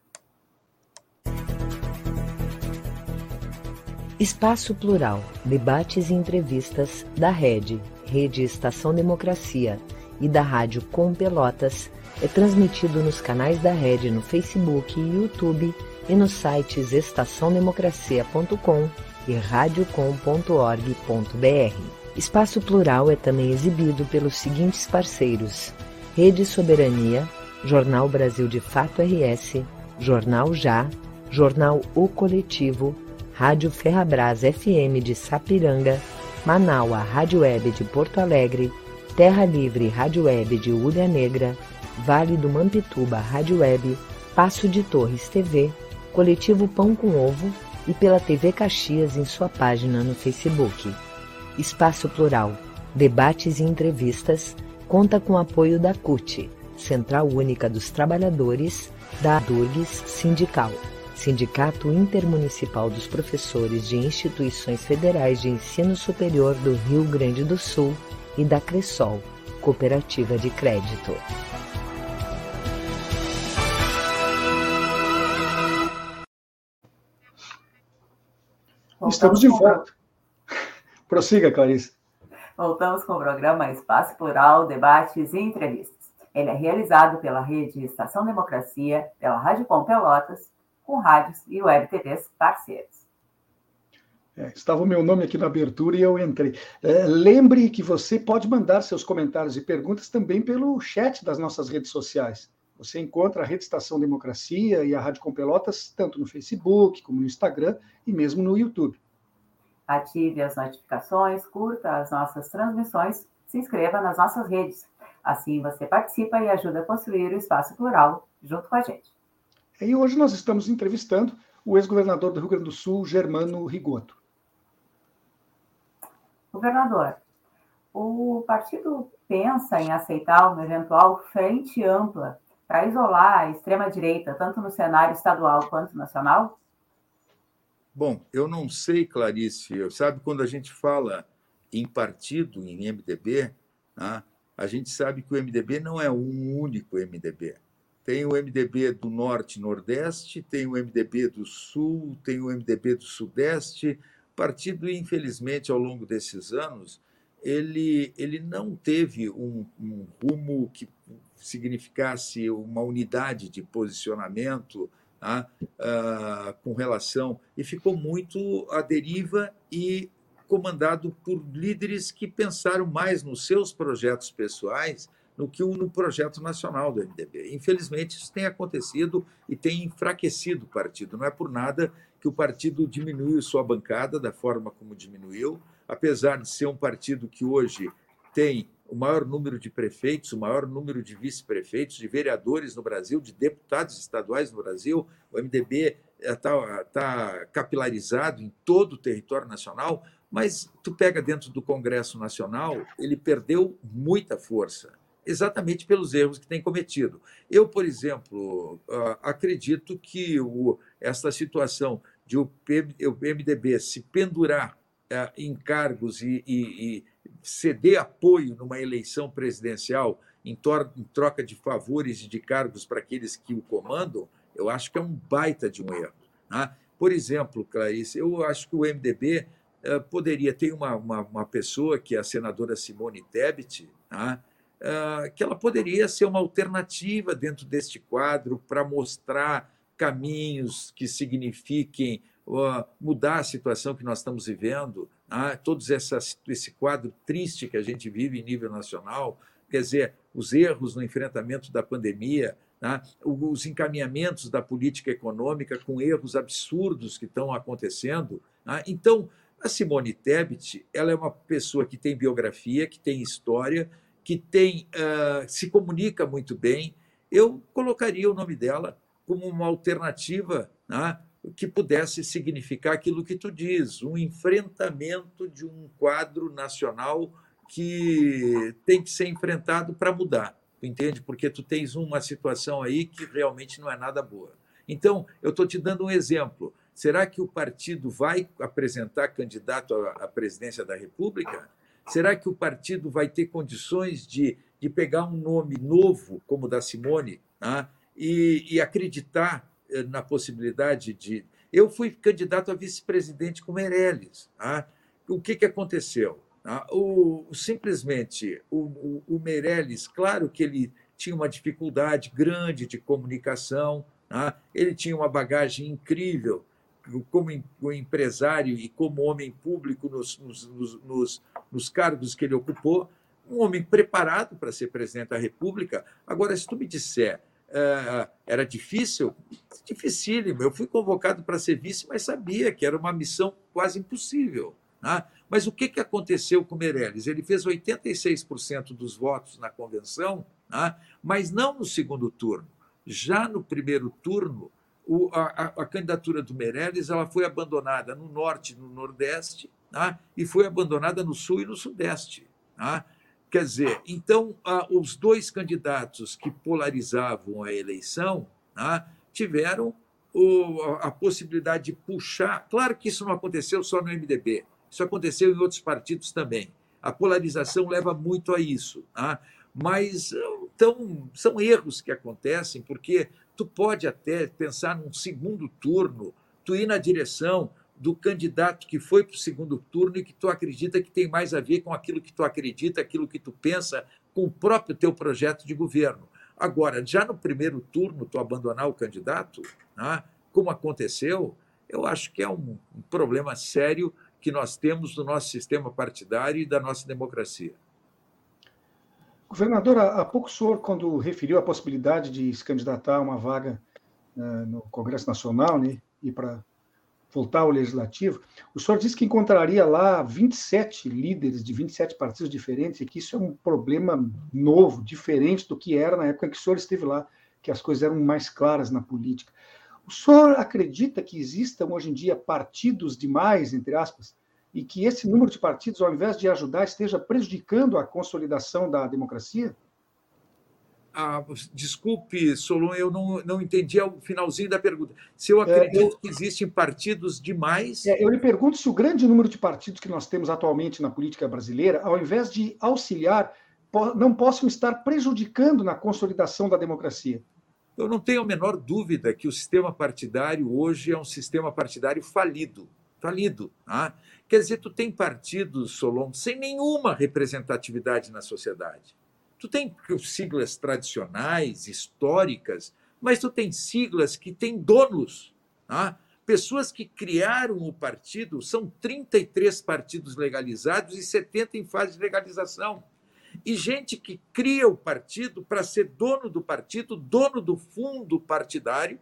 Espaço Plural, debates e entrevistas da Rede Estação Democracia e da Rádio Com Pelotas, é transmitido nos canais da Rede no Facebook e YouTube e nos sites estaçãodemocracia.com e radiocom.org.br. Espaço Plural é também exibido pelos seguintes parceiros: Rede Soberania, Jornal Brasil de Fato RS, Jornal Já, Jornal O Coletivo, Rádio Ferrabras FM de Sapiranga, Manaua Rádio Web de Porto Alegre, Terra Livre Rádio Web de Ulha Negra, Vale do Mampituba Rádio Web, Passo de Torres TV, Coletivo Pão com Ovo e pela TV Caxias em sua página no Facebook. Espaço Plural, debates e entrevistas, conta com o apoio da CUT, Central Única dos Trabalhadores, da ADURGS Sindical, Sindicato Intermunicipal dos Professores de Instituições Federais de Ensino Superior do Rio Grande do Sul e da Cressol, Cooperativa de Crédito. Estamos de volta. Prossiga, Clarice. Voltamos com o programa Espaço Plural, Debates e Entrevistas. Ele é realizado pela rede Estação Democracia, pela Rádio Com Pelotas, com rádios e web TVs parceiros. Estava o meu nome aqui na abertura e eu entrei. Lembre que você pode mandar seus comentários e perguntas também pelo chat das nossas redes sociais. Você encontra a Rede Estação Democracia e a Rádio Com Pelotas tanto no Facebook, como no Instagram e mesmo no YouTube. Ative as notificações, curta as nossas transmissões, se inscreva nas nossas redes. Assim você participa e ajuda a construir o Espaço Plural junto com a gente. E hoje nós estamos entrevistando o ex-governador do Rio Grande do Sul, Germano Rigoto. Governador, o partido pensa em aceitar uma eventual frente ampla para isolar a extrema-direita, tanto no cenário estadual quanto nacional? Bom, eu não sei, Clarice. Sabe, quando a gente fala em partido, em MDB, né, a gente sabe que o MDB não é um único MDB. Tem o MDB do Norte e Nordeste, tem o MDB do Sul, tem o MDB do Sudeste. O partido, infelizmente, ao longo desses anos, ele não teve um rumo que significasse uma unidade de posicionamento, tá, com relação, e ficou muito à deriva e comandado por líderes que pensaram mais nos seus projetos pessoais do que no projeto nacional do MDB. Infelizmente, isso tem acontecido e tem enfraquecido o partido. Não é por nada que o partido diminuiu sua bancada da forma como diminuiu, apesar de ser um partido que hoje tem o maior número de prefeitos, o maior número de vice-prefeitos, de vereadores no Brasil, de deputados estaduais no Brasil. O MDB está capilarizado em todo o território nacional, mas tu pega dentro do Congresso Nacional, ele perdeu muita força, exatamente pelos erros que tem cometido. Eu, por exemplo, acredito que essa situação de o MDB se pendurar em cargos e ceder apoio numa eleição presidencial em troca de favores e de cargos para aqueles que o comandam, eu acho que é um baita de um erro. Né? Por exemplo, Clarice, eu acho que o MDB poderia ter uma pessoa, que é a senadora Simone Tebet, né? Que ela poderia ser uma alternativa dentro deste quadro para mostrar caminhos que signifiquem mudar a situação que nós estamos vivendo, né? Esse quadro triste que a gente vive em nível nacional, quer dizer, os erros no enfrentamento da pandemia, né? Os encaminhamentos da política econômica com erros absurdos que estão acontecendo. Né? Então, a Simone Tebet, ela é uma pessoa que tem biografia, que tem história, que se comunica muito bem. Eu colocaria o nome dela como uma alternativa, né, que pudesse significar aquilo que tu diz, um enfrentamento de um quadro nacional que tem que ser enfrentado para mudar, entende? Porque tu tens uma situação aí que realmente não é nada boa. Então, eu estou te dando um exemplo. Será que o partido vai apresentar candidato à presidência da República? Será que o partido vai ter condições de pegar um nome novo, como o da Simone, né, e acreditar na possibilidade de... Eu fui candidato a vice-presidente com Meirelles. Né? O que aconteceu? Simplesmente, o Meirelles, claro que ele tinha uma dificuldade grande de comunicação, né? Ele tinha uma bagagem incrível como empresário e como homem público nos cargos que ele ocupou, um homem preparado para ser presidente da República. Agora, se tu me disser, era difícil? Dificílimo. Eu fui convocado para ser vice, mas sabia que era uma missão quase impossível. Né? Mas o que aconteceu com o Meirelles? Ele fez 86% dos votos na convenção, né? Mas não no segundo turno. Já no primeiro turno, a candidatura do Meirelles ela foi abandonada no Norte e no Nordeste, né? E foi abandonada no Sul e no Sudeste. Né? Quer dizer, então, os dois candidatos que polarizavam a eleição, né, tiveram a possibilidade de puxar. Claro que isso não aconteceu só no MDB, isso aconteceu em outros partidos também. A polarização leva muito a isso. Né? Mas então, são erros que acontecem, porque tu pode até pensar num segundo turno, tu ir na direção do candidato que foi para o segundo turno e que tu acredita que tem mais a ver com aquilo que tu acredita, aquilo que tu pensa, com o próprio teu projeto de governo. Agora, já no primeiro turno, tu abandonar o candidato, né, como aconteceu, eu acho que é um problema sério que nós temos no nosso sistema partidário e da nossa democracia. Governador, há pouco o senhor, quando referiu a possibilidade de se candidatar a uma vaga no Congresso Nacional, né, e para voltar ao Legislativo, o senhor disse que encontraria lá 27 líderes de 27 partidos diferentes e que isso é um problema novo, diferente do que era na época em que o senhor esteve lá, que as coisas eram mais claras na política. O senhor acredita que existam hoje em dia partidos demais, entre aspas, e que esse número de partidos, ao invés de ajudar, esteja prejudicando a consolidação da democracia? Desculpe, Solon, eu não entendi o finalzinho da pergunta. Se eu acredito que existem partidos demais... Eu lhe pergunto se o grande número de partidos que nós temos atualmente na política brasileira, ao invés de auxiliar, não possam estar prejudicando na consolidação da democracia. Eu não tenho a menor dúvida que o sistema partidário hoje é um sistema partidário falido. Tá? Quer dizer, tu tem partidos, Solon, sem nenhuma representatividade na sociedade. Tu tem siglas tradicionais, históricas, mas tu tem siglas que têm donos. Tá? Pessoas que criaram o partido, são 33 partidos legalizados e 70 em fase de legalização. E gente que cria o partido para ser dono do partido, dono do fundo partidário,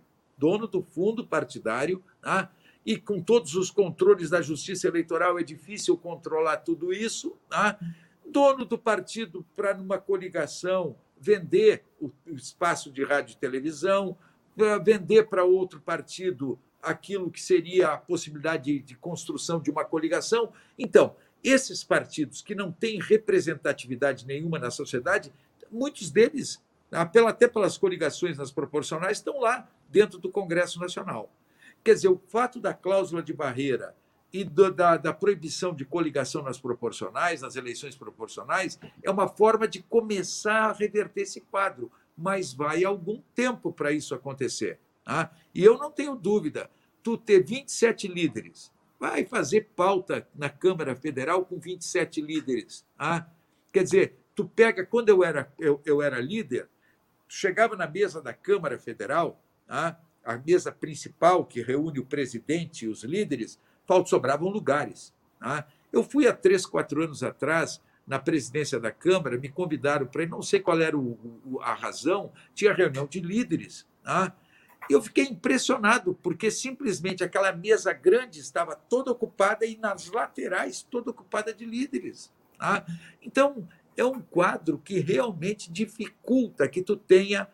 tá? E com todos os controles da justiça eleitoral é difícil controlar tudo isso, tá? Dono do partido para, numa coligação, vender o espaço de rádio e televisão, vender para outro partido aquilo que seria a possibilidade de construção de uma coligação. Então, esses partidos que não têm representatividade nenhuma na sociedade, muitos deles, até pelas coligações nas proporcionais, estão lá dentro do Congresso Nacional. Quer dizer, o fato da cláusula de barreira e da proibição de coligação nas proporcionais, nas eleições proporcionais, é uma forma de começar a reverter esse quadro, mas vai algum tempo para isso acontecer. Tá? E eu não tenho dúvida, tu ter 27 líderes, vai fazer pauta na Câmara Federal com 27 líderes. Tá? Quer dizer, tu pega, quando eu era líder, chegava na mesa da Câmara Federal, tá? A mesa principal que reúne o presidente e os líderes, sobravam lugares. Tá? Eu fui há 3, 4 anos atrás na presidência da Câmara, me convidaram para ir, não sei qual era a razão, tinha reunião de líderes. Tá? Eu fiquei impressionado, porque simplesmente aquela mesa grande estava toda ocupada e nas laterais toda ocupada de líderes. Tá? Então, é um quadro que realmente dificulta que tu tenha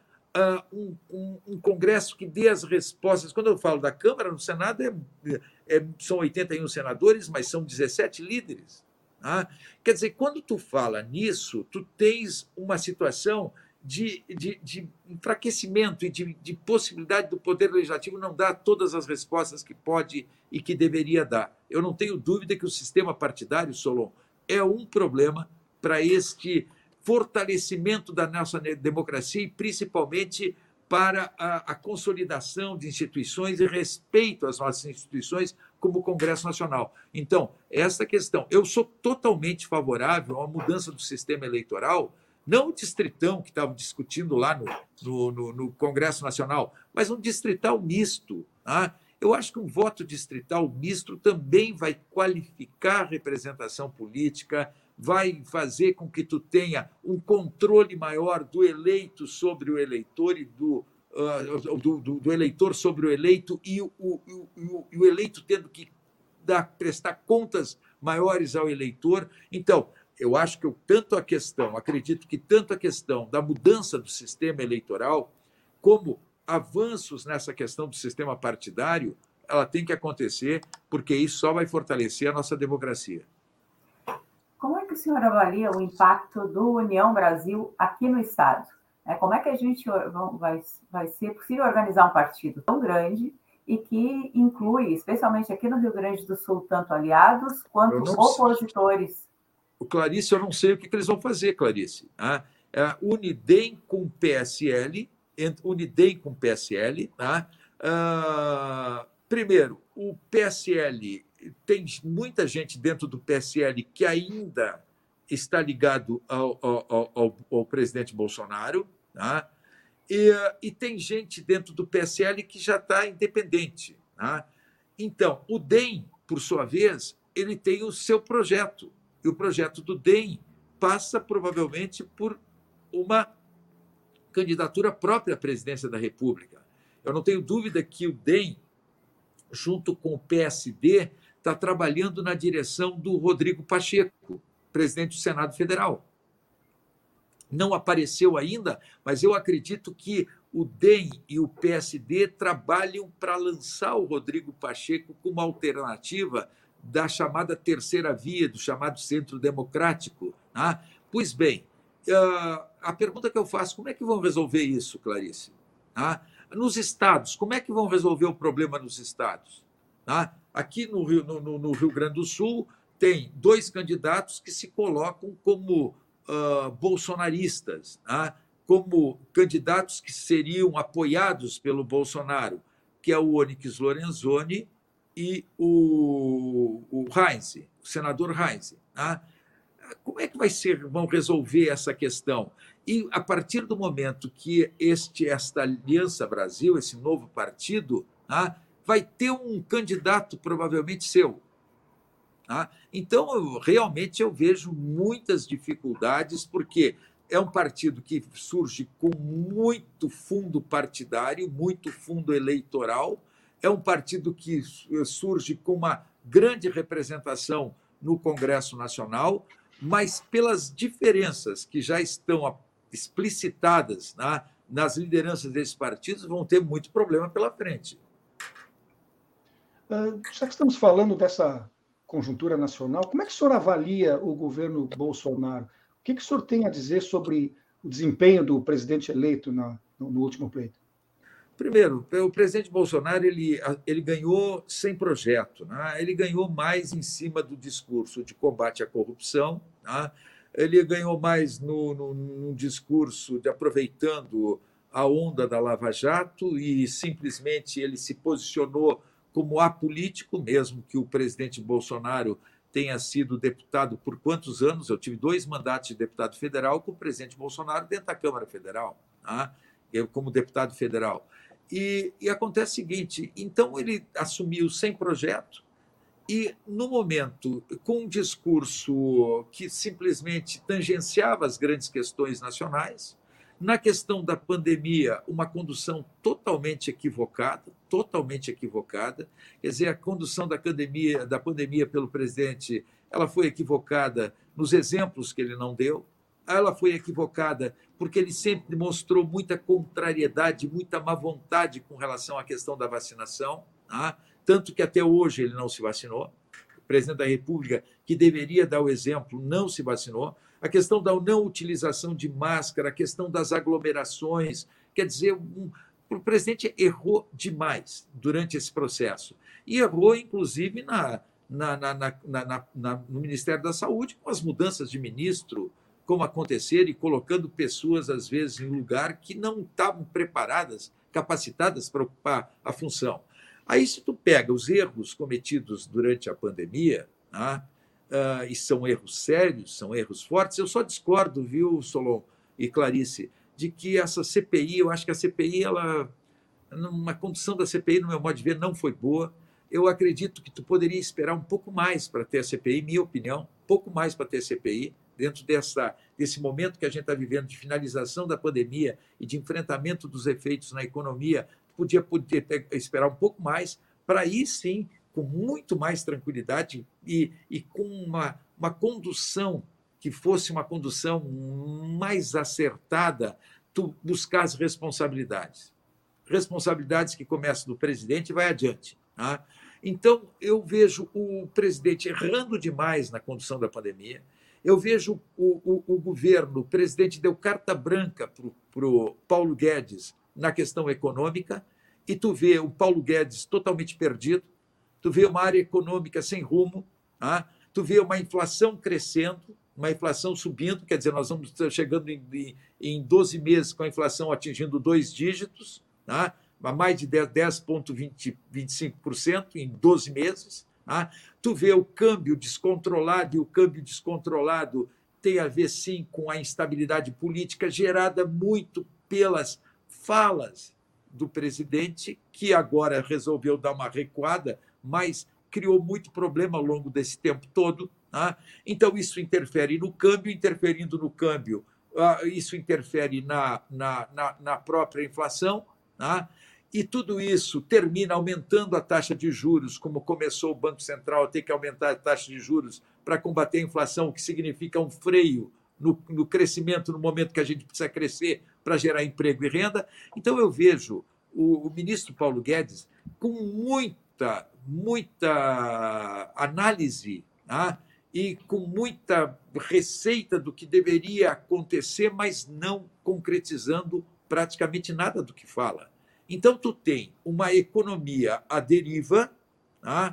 um Congresso que dê as respostas. Quando eu falo da Câmara, no Senado são 81 senadores, mas são 17 líderes. Tá? Quer dizer, quando tu fala nisso, tu tens uma situação de enfraquecimento e de possibilidade do Poder Legislativo não dar todas as respostas que pode e que deveria dar. Eu não tenho dúvida que o sistema partidário, Solon, é um problema para este fortalecimento da nossa democracia e principalmente para a consolidação de instituições e respeito às nossas instituições como o Congresso Nacional. Então, essa questão, eu sou totalmente favorável a uma mudança do sistema eleitoral, não o distritão que estavam discutindo lá no Congresso Nacional, mas um distrital misto. Tá? Eu acho que um voto distrital misto também vai qualificar a representação política, vai fazer com que tu tenha um controle maior do eleito sobre o eleitor e do eleitor sobre o eleito e o eleito tendo que prestar contas maiores ao eleitor. Então, eu acho que acredito que tanto a questão da mudança do sistema eleitoral como avanços nessa questão do sistema partidário, ela tem que acontecer, porque isso só vai fortalecer a nossa democracia. Como é que o senhor avalia o impacto do União Brasil aqui no Estado? Como é que a gente vai ser possível organizar um partido tão grande e que inclui, especialmente aqui no Rio Grande do Sul, tanto aliados quanto opositores? Clarice, eu não sei o que eles vão fazer, Clarice. Unidem com PSL, tá? Primeiro, o PSL, tem muita gente dentro do PSL que ainda está ligado ao presidente Bolsonaro, tá? E tem gente dentro do PSL que já está independente. Tá? Então, o DEM, por sua vez, ele tem o seu projeto. E o projeto do DEM passa provavelmente por uma candidatura própria à presidência da República. Eu não tenho dúvida que o DEM, junto com o PSD, está trabalhando na direção do Rodrigo Pacheco, presidente do Senado Federal. Não apareceu ainda, mas eu acredito que o DEM e o PSD trabalham para lançar o Rodrigo Pacheco como alternativa da chamada terceira via, do chamado centro democrático. Tá? Pois bem, a pergunta que eu faço, como é que vão resolver isso, Clarice? Tá? Nos estados, como é que vão resolver o problema nos estados? Tá? Aqui no Rio Grande do Sul, tem 2 candidatos que se colocam como bolsonaristas, tá? Como candidatos que seriam apoiados pelo Bolsonaro, que é o Onyx Lorenzoni e o Heinze, o senador Heinze. Tá? Como é que vão resolver essa questão? E, a partir do momento que esta Aliança Brasil, esse novo partido, tá, vai ter um candidato provavelmente seu. Tá? Então, realmente, eu vejo muitas dificuldades, porque é um partido que surge com muito fundo partidário, muito fundo eleitoral, é um partido que surge com uma grande representação no Congresso Nacional, mas pelas diferenças que já estão explicitadas, né, nas lideranças desses partidos, vão ter muito problema pela frente. Já que estamos falando dessa conjuntura nacional, como é que o senhor avalia o governo Bolsonaro? O que o senhor tem a dizer sobre o desempenho do presidente eleito no último pleito? Primeiro, o presidente Bolsonaro ele ganhou sem projeto. Né? Ele ganhou mais em cima do discurso de combate à corrupção. Né? Ele ganhou mais no discurso de aproveitando a onda da Lava Jato e simplesmente ele se posicionou como apolítico, mesmo que o presidente Bolsonaro tenha sido deputado por quantos anos? Eu tive 2 mandatos de deputado federal com o presidente Bolsonaro dentro da Câmara Federal, tá? Eu como deputado federal. E acontece o seguinte, então ele assumiu sem projeto e, no momento, com um discurso que simplesmente tangenciava as grandes questões nacionais, na questão da pandemia, uma condução totalmente equivocada, quer dizer, a condução da pandemia pelo presidente, ela foi equivocada nos exemplos que ele não deu, ela foi equivocada porque ele sempre mostrou muita contrariedade, muita má vontade com relação à questão da vacinação, tá? Tanto que até hoje ele não se vacinou. O presidente da República, que deveria dar o exemplo, não se vacinou. A questão da não utilização de máscara, a questão das aglomerações, quer dizer, o presidente errou demais durante esse processo. E errou, inclusive, no Ministério da Saúde, com as mudanças de ministro, como aconteceram, e colocando pessoas, às vezes, em lugar que não estavam preparadas, capacitadas para ocupar a função. Aí, se tu pega os erros cometidos durante a pandemia, tá? E são erros sérios, são erros fortes, eu só discordo, viu, Solon e Clarice, de que essa CPI, eu acho que a CPI, uma condução da CPI, no meu modo de ver, não foi boa. Eu acredito que tu poderia esperar um pouco mais para ter a CPI, minha opinião, um pouco mais para ter a CPI, dentro desse momento que a gente está vivendo de finalização da pandemia e de enfrentamento dos efeitos na economia, podia esperar um pouco mais para aí sim, com muito mais tranquilidade e com uma condução que fosse uma condução mais acertada, tu buscar as responsabilidades. Responsabilidades que começam do presidente e vai adiante. Tá? Então, eu vejo o presidente errando demais na condução da pandemia. Eu vejo o governo, o presidente deu carta branca para o Paulo Guedes na questão econômica, e tu vê o Paulo Guedes totalmente perdido, tu vê uma área econômica sem rumo, tá? Tu vê uma inflação crescendo, uma inflação subindo, quer dizer, nós vamos chegando em 12 meses com a inflação atingindo 2 dígitos, tá? a mais de 10,25% em 12 meses. Tá? Tu vê o câmbio descontrolado, e o câmbio descontrolado tem a ver, sim, com a instabilidade política gerada muito pelas falas do presidente, que agora resolveu dar uma recuada, mas criou muito problema ao longo desse tempo todo. Tá? Então, isso interfere no câmbio, interferindo no câmbio, isso interfere na própria inflação, tá? E tudo isso termina aumentando a taxa de juros, como começou o Banco Central a ter que aumentar a taxa de juros para combater a inflação, o que significa um freio no crescimento no momento que a gente precisa crescer para gerar emprego e renda. Então, eu vejo o ministro Paulo Guedes com muita análise, tá? E com muita receita do que deveria acontecer, mas não concretizando praticamente nada do que fala. Então, tu tem uma economia à deriva, tá?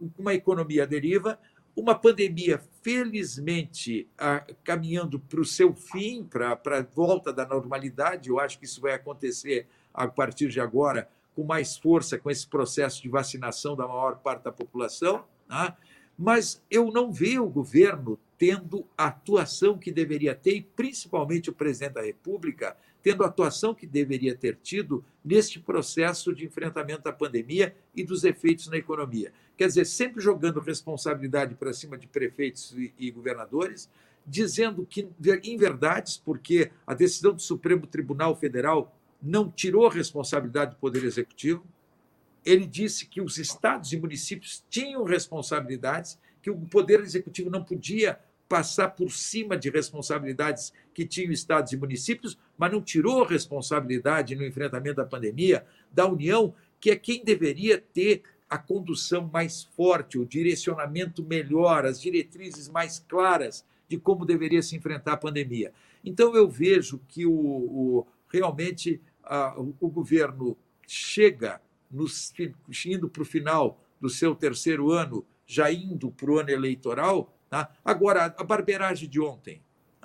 Uma pandemia, felizmente, caminhando para o seu fim, para a volta da normalidade. Eu acho que isso vai acontecer a partir de agora, com mais força, com esse processo de vacinação da maior parte da população, tá? Mas eu não vejo o governo tendo a atuação que deveria ter, e principalmente o presidente da República tendo a atuação que deveria ter tido neste processo de enfrentamento da pandemia e dos efeitos na economia. Quer dizer, sempre jogando responsabilidade para cima de prefeitos e governadores, dizendo que inverdades, porque a decisão do Supremo Tribunal Federal não tirou a responsabilidade do Poder Executivo. Ele disse que os estados e municípios tinham responsabilidades, que o Poder Executivo não podia passar por cima de responsabilidades que tinham estados e municípios, mas não tirou a responsabilidade no enfrentamento da pandemia da União, que é quem deveria ter a condução mais forte, o direcionamento melhor, as diretrizes mais claras de como deveria se enfrentar a pandemia. Então, eu vejo que realmente o governo chega indo para o final do seu terceiro ano, já indo para o ano eleitoral. Tá? Agora, a barbeiragem de ontem,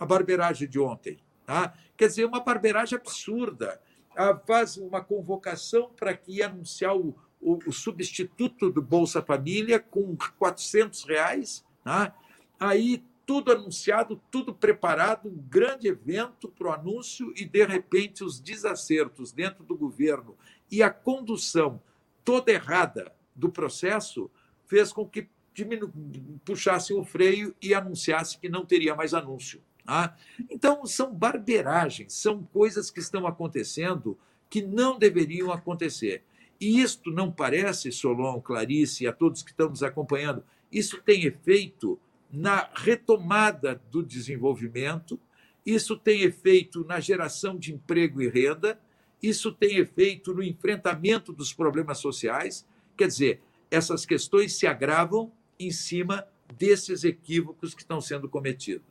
tá? Quer dizer, uma barbeiragem absurda. Faz uma convocação para que ia anunciar o substituto do Bolsa Família com R$400, tá? Aí tudo anunciado, tudo preparado, um grande evento para o anúncio, e, de repente, os desacertos dentro do governo e a condução toda errada do processo fez com que puxasse o freio e anunciasse que não teria mais anúncio. Tá? Então, são barbeiragens, são coisas que estão acontecendo que não deveriam acontecer. E isto não parece, Solon, Clarice, e a todos que estão nos acompanhando, isso tem efeito na retomada do desenvolvimento, isso tem efeito na geração de emprego e renda, isso tem efeito no enfrentamento dos problemas sociais. Quer dizer, essas questões se agravam em cima desses equívocos que estão sendo cometidos.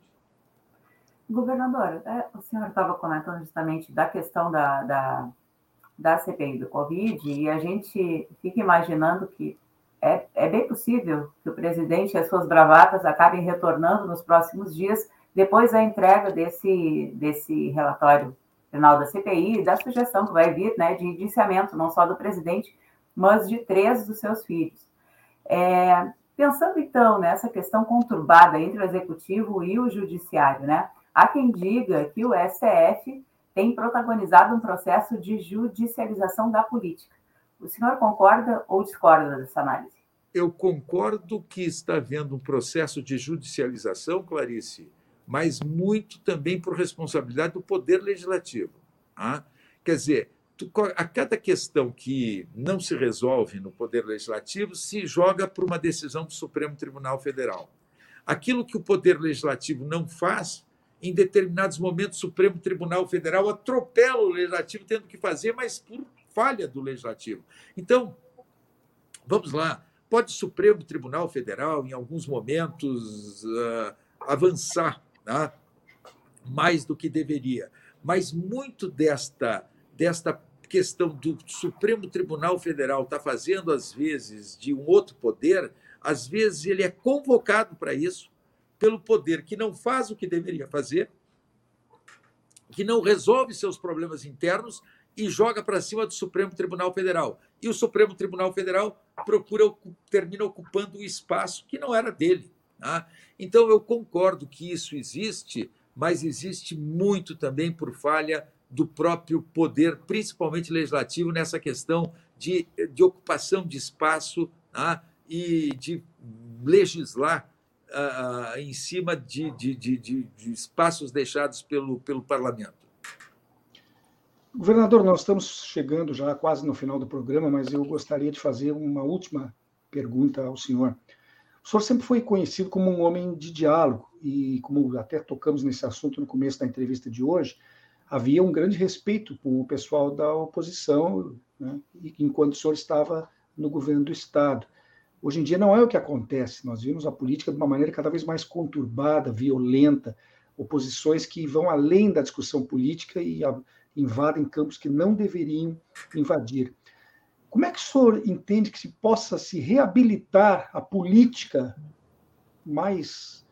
Governador, o senhor estava comentando justamente da questão da CPI do Covid, e a gente fica imaginando que é bem possível que o presidente e as suas bravatas acabem retornando nos próximos dias, depois da entrega desse relatório final da CPI, e da sugestão que vai vir, né, de indiciamento, não só do presidente, mas de 3 dos seus filhos. Pensando, então, nessa questão conturbada entre o Executivo e o Judiciário, né, há quem diga que o STF tem protagonizado um processo de judicialização da política. O senhor concorda ou discorda dessa análise? Eu concordo que está havendo um processo de judicialização, Clarice, mas muito também por responsabilidade do Poder Legislativo. Tá? Quer dizer, a cada questão que não se resolve no Poder Legislativo se joga por uma decisão do Supremo Tribunal Federal. Aquilo que o Poder Legislativo não faz, em determinados momentos, o Supremo Tribunal Federal atropela o Legislativo tendo que fazer, mas por falha do Legislativo. Então, vamos lá, pode o Supremo Tribunal Federal, em alguns momentos, avançar, tá? Mais do que deveria, mas muito desta questão do Supremo Tribunal Federal está fazendo, às vezes, de um outro poder, às vezes ele é convocado para isso pelo poder que não faz o que deveria fazer, que não resolve seus problemas internos e joga para cima do Supremo Tribunal Federal. E o Supremo Tribunal Federal termina ocupando um espaço que não era dele. Tá? Então, eu concordo que isso existe, mas existe muito também por falha do próprio poder, principalmente legislativo, nessa questão de ocupação de espaço, tá? E de legislar em cima de espaços deixados pelo parlamento. Governador, nós estamos chegando já quase no final do programa, mas eu gostaria de fazer uma última pergunta ao senhor. O senhor sempre foi conhecido como um homem de diálogo, e como até tocamos nesse assunto no começo da entrevista de hoje, havia um grande respeito com o pessoal da oposição, né, enquanto o senhor estava no governo do Estado. Hoje em dia não é o que acontece, nós vimos a política de uma maneira cada vez mais conturbada, violenta, oposições que vão além da discussão política e invadem campos que não deveriam invadir. Como é que o senhor entende que se possa se reabilitar a política mais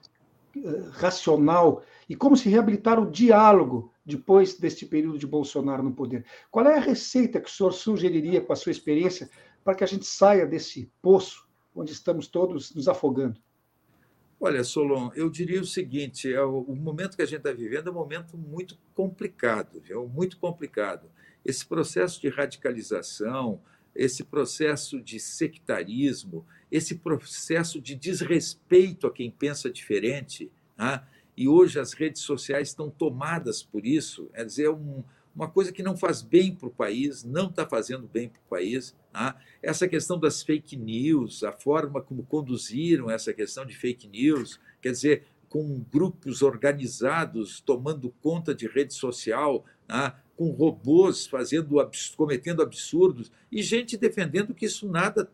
racional e como se reabilitar o diálogo depois deste período de Bolsonaro no poder? Qual é a receita que o senhor sugeriria com a sua experiência para que a gente saia desse poço onde estamos todos nos afogando? Olha, Solon, eu diria o seguinte, o momento que a gente está vivendo é um momento muito complicado, viu? Muito complicado. Esse processo de radicalização, esse processo de sectarismo, esse processo de desrespeito a quem pensa diferente, né? E hoje as redes sociais estão tomadas por isso, quer dizer, uma coisa que não faz bem para o país, não está fazendo bem para o país. Né? Essa questão das fake news, a forma como conduziram essa questão de fake news, quer dizer, com grupos organizados tomando conta de rede social, né? Com robôs cometendo absurdos, e gente defendendo que isso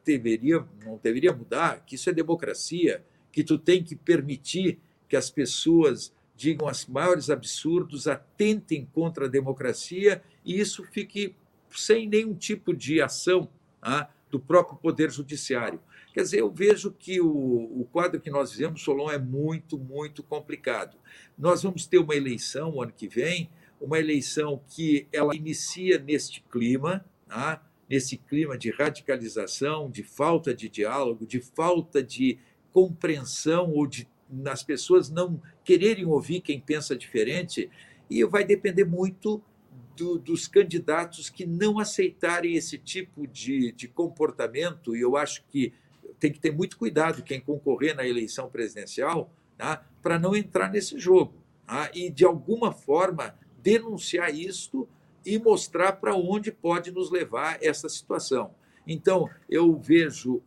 não deveria mudar, que isso é democracia, que tu tem que permitir que as pessoas digam os maiores absurdos, atentem contra a democracia, e isso fique sem nenhum tipo de ação do próprio Poder Judiciário. Quer dizer, eu vejo que o quadro que nós vivemos, Solon, é muito, muito complicado. Nós vamos ter uma eleição o ano que vem, uma eleição que ela inicia neste clima, nesse clima de radicalização, de falta de diálogo, de falta de compreensão ou de as pessoas não quererem ouvir quem pensa diferente, e vai depender muito dos candidatos que não aceitarem esse tipo de comportamento, e eu acho que tem que ter muito cuidado quem concorrer na eleição presidencial, para não entrar nesse jogo, e, de alguma forma, denunciar isto e mostrar para onde pode nos levar essa situação. Então, eu vejo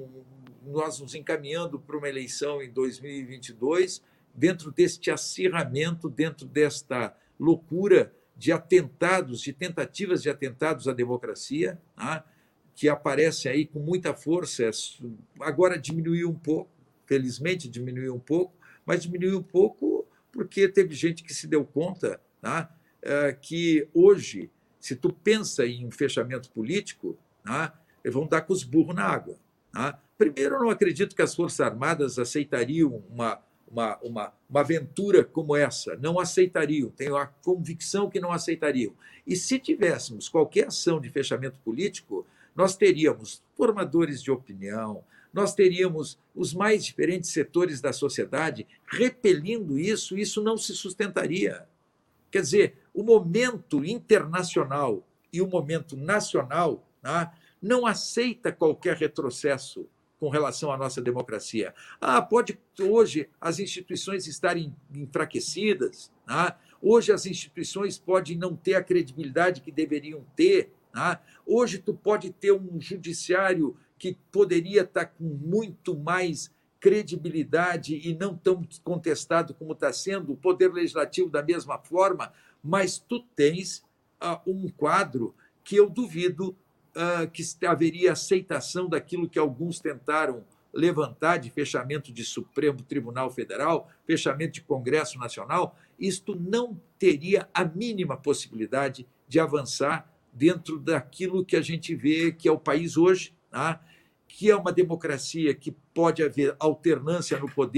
nós nos encaminhando para uma eleição em 2022, dentro deste acirramento, dentro desta loucura de atentados, de tentativas de atentados à democracia, que aparece aí com muita força. Agora diminuiu um pouco, felizmente diminuiu um pouco, mas diminuiu um pouco porque teve gente que se deu conta que hoje, se tu pensa em um fechamento político, eles vão dar com os burros na água. Primeiro, eu não acredito que as Forças Armadas aceitariam uma aventura como essa. Não aceitariam, tenho a convicção que não aceitariam. E se tivéssemos qualquer ação de fechamento político, nós teríamos formadores de opinião, nós teríamos os mais diferentes setores da sociedade repelindo isso, isso não se sustentaria. Quer dizer, o momento internacional e o momento nacional não aceita qualquer retrocesso com relação à nossa democracia. Pode hoje as instituições estarem enfraquecidas, hoje as instituições podem não ter a credibilidade que deveriam ter, hoje tu pode ter um judiciário que poderia estar com muito mais credibilidade e não tão contestado como está sendo, o Poder Legislativo da mesma forma, mas tu tens um quadro que eu duvido que haveria aceitação daquilo que alguns tentaram levantar de fechamento de Supremo Tribunal Federal, fechamento de Congresso Nacional. Isto não teria a mínima possibilidade de avançar dentro daquilo que a gente vê que é o país hoje, que é uma democracia que pode haver alternância no poder,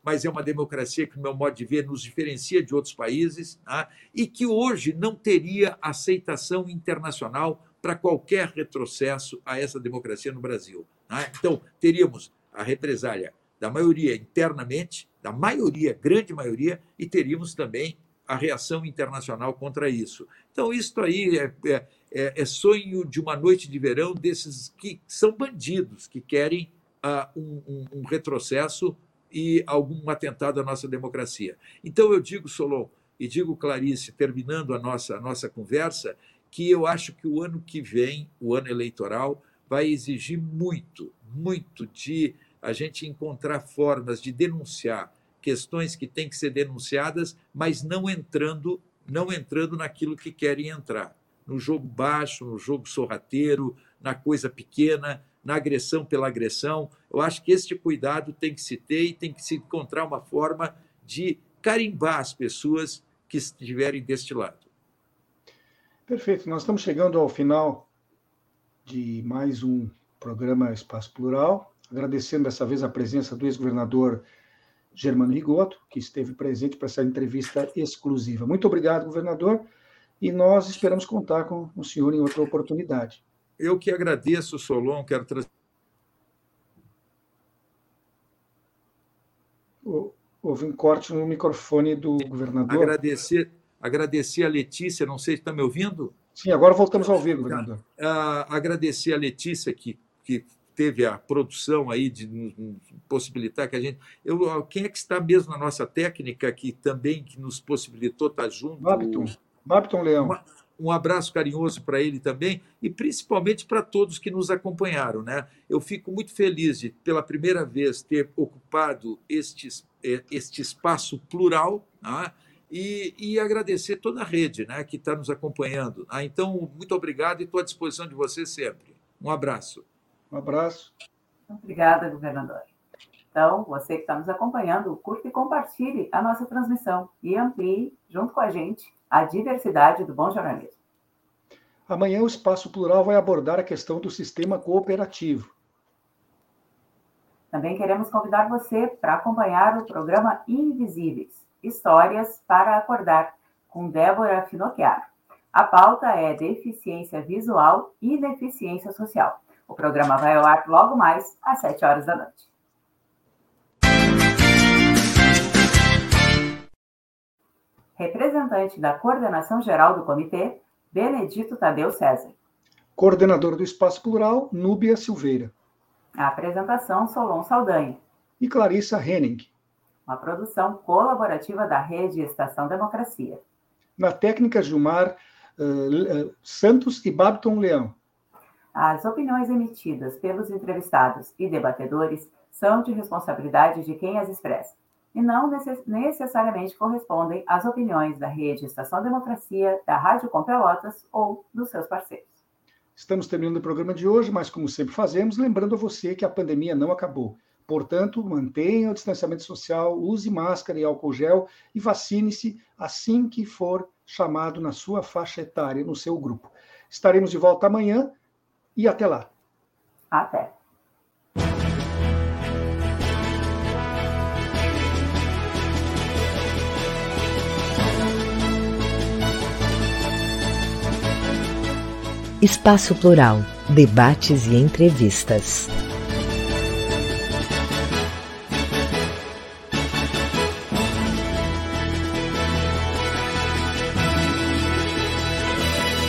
mas é uma democracia que, no meu modo de ver, nos diferencia de outros países, tá? E que hoje não teria aceitação internacional para qualquer retrocesso a essa democracia no Brasil. Tá? Então, teríamos a represália da maioria internamente, da maioria, grande maioria, e teríamos também a reação internacional contra isso. Então, isso aí é sonho de uma noite de verão desses que são bandidos, que querem um retrocesso e algum atentado à nossa democracia. Então, eu digo, Solon, e digo, Clarice, terminando a nossa conversa, que eu acho que o ano que vem, o ano eleitoral, vai exigir muito, muito de a gente encontrar formas de denunciar questões que têm que ser denunciadas, mas não entrando naquilo que querem entrar, no jogo baixo, no jogo sorrateiro, na coisa pequena, na agressão pela agressão. Eu acho que este cuidado tem que se ter e tem que se encontrar uma forma de carimbar as pessoas que estiverem deste lado. Perfeito. Nós estamos chegando ao final de mais um programa Espaço Plural, agradecendo dessa vez a presença do ex-governador Germano Rigotto, que esteve presente para essa entrevista exclusiva. Muito obrigado, governador, e nós esperamos contar com o senhor em outra oportunidade. Eu que agradeço, Solon, quero trazer... Houve um corte no microfone do governador. Agradecer a Letícia, não sei se está me ouvindo? Sim, agora voltamos a ouvir, governador. Agradecer a Letícia, que teve a produção aí de possibilitar que a gente... quem é que está mesmo na nossa técnica que nos possibilitou estar junto? Babton Leão. Um abraço carinhoso para ele também e principalmente para todos que nos acompanharam, né? Eu fico muito feliz de, pela primeira vez, ter ocupado este espaço plural, né? E agradecer toda a rede, né, que está nos acompanhando. Então, muito obrigado e estou à disposição de você sempre. Um abraço. Um abraço. Obrigada, governador. Então, você que está nos acompanhando, curta e compartilhe a nossa transmissão e amplie, junto com a gente, a diversidade do bom jornalismo. Amanhã o Espaço Plural vai abordar a questão do sistema cooperativo. Também queremos convidar você para acompanhar o programa Invisíveis, Histórias para Acordar, com Débora Finocchiaro. A pauta é deficiência visual e deficiência social. O programa vai ao ar logo mais às 7h da noite. Representante da Coordenação Geral do Comitê, Benedito Tadeu César. Coordenador do Espaço Plural, Núbia Silveira. A apresentação, Solon Saldanha. E Clarissa Henning. Uma produção colaborativa da Rede Estação Democracia. Na técnica, Gilmar Santos e Babton Leão. As opiniões emitidas pelos entrevistados e debatedores são de responsabilidade de quem as expressa e não necessariamente correspondem às opiniões da Rede Estação Democracia, da Rádio Com Pelotas ou dos seus parceiros. Estamos terminando o programa de hoje, mas como sempre fazemos, lembrando a você que a pandemia não acabou. Portanto, mantenha o distanciamento social, use máscara e álcool gel e vacine-se assim que for chamado na sua faixa etária, no seu grupo. Estaremos de volta amanhã e até lá. Até. Espaço Plural, debates e entrevistas.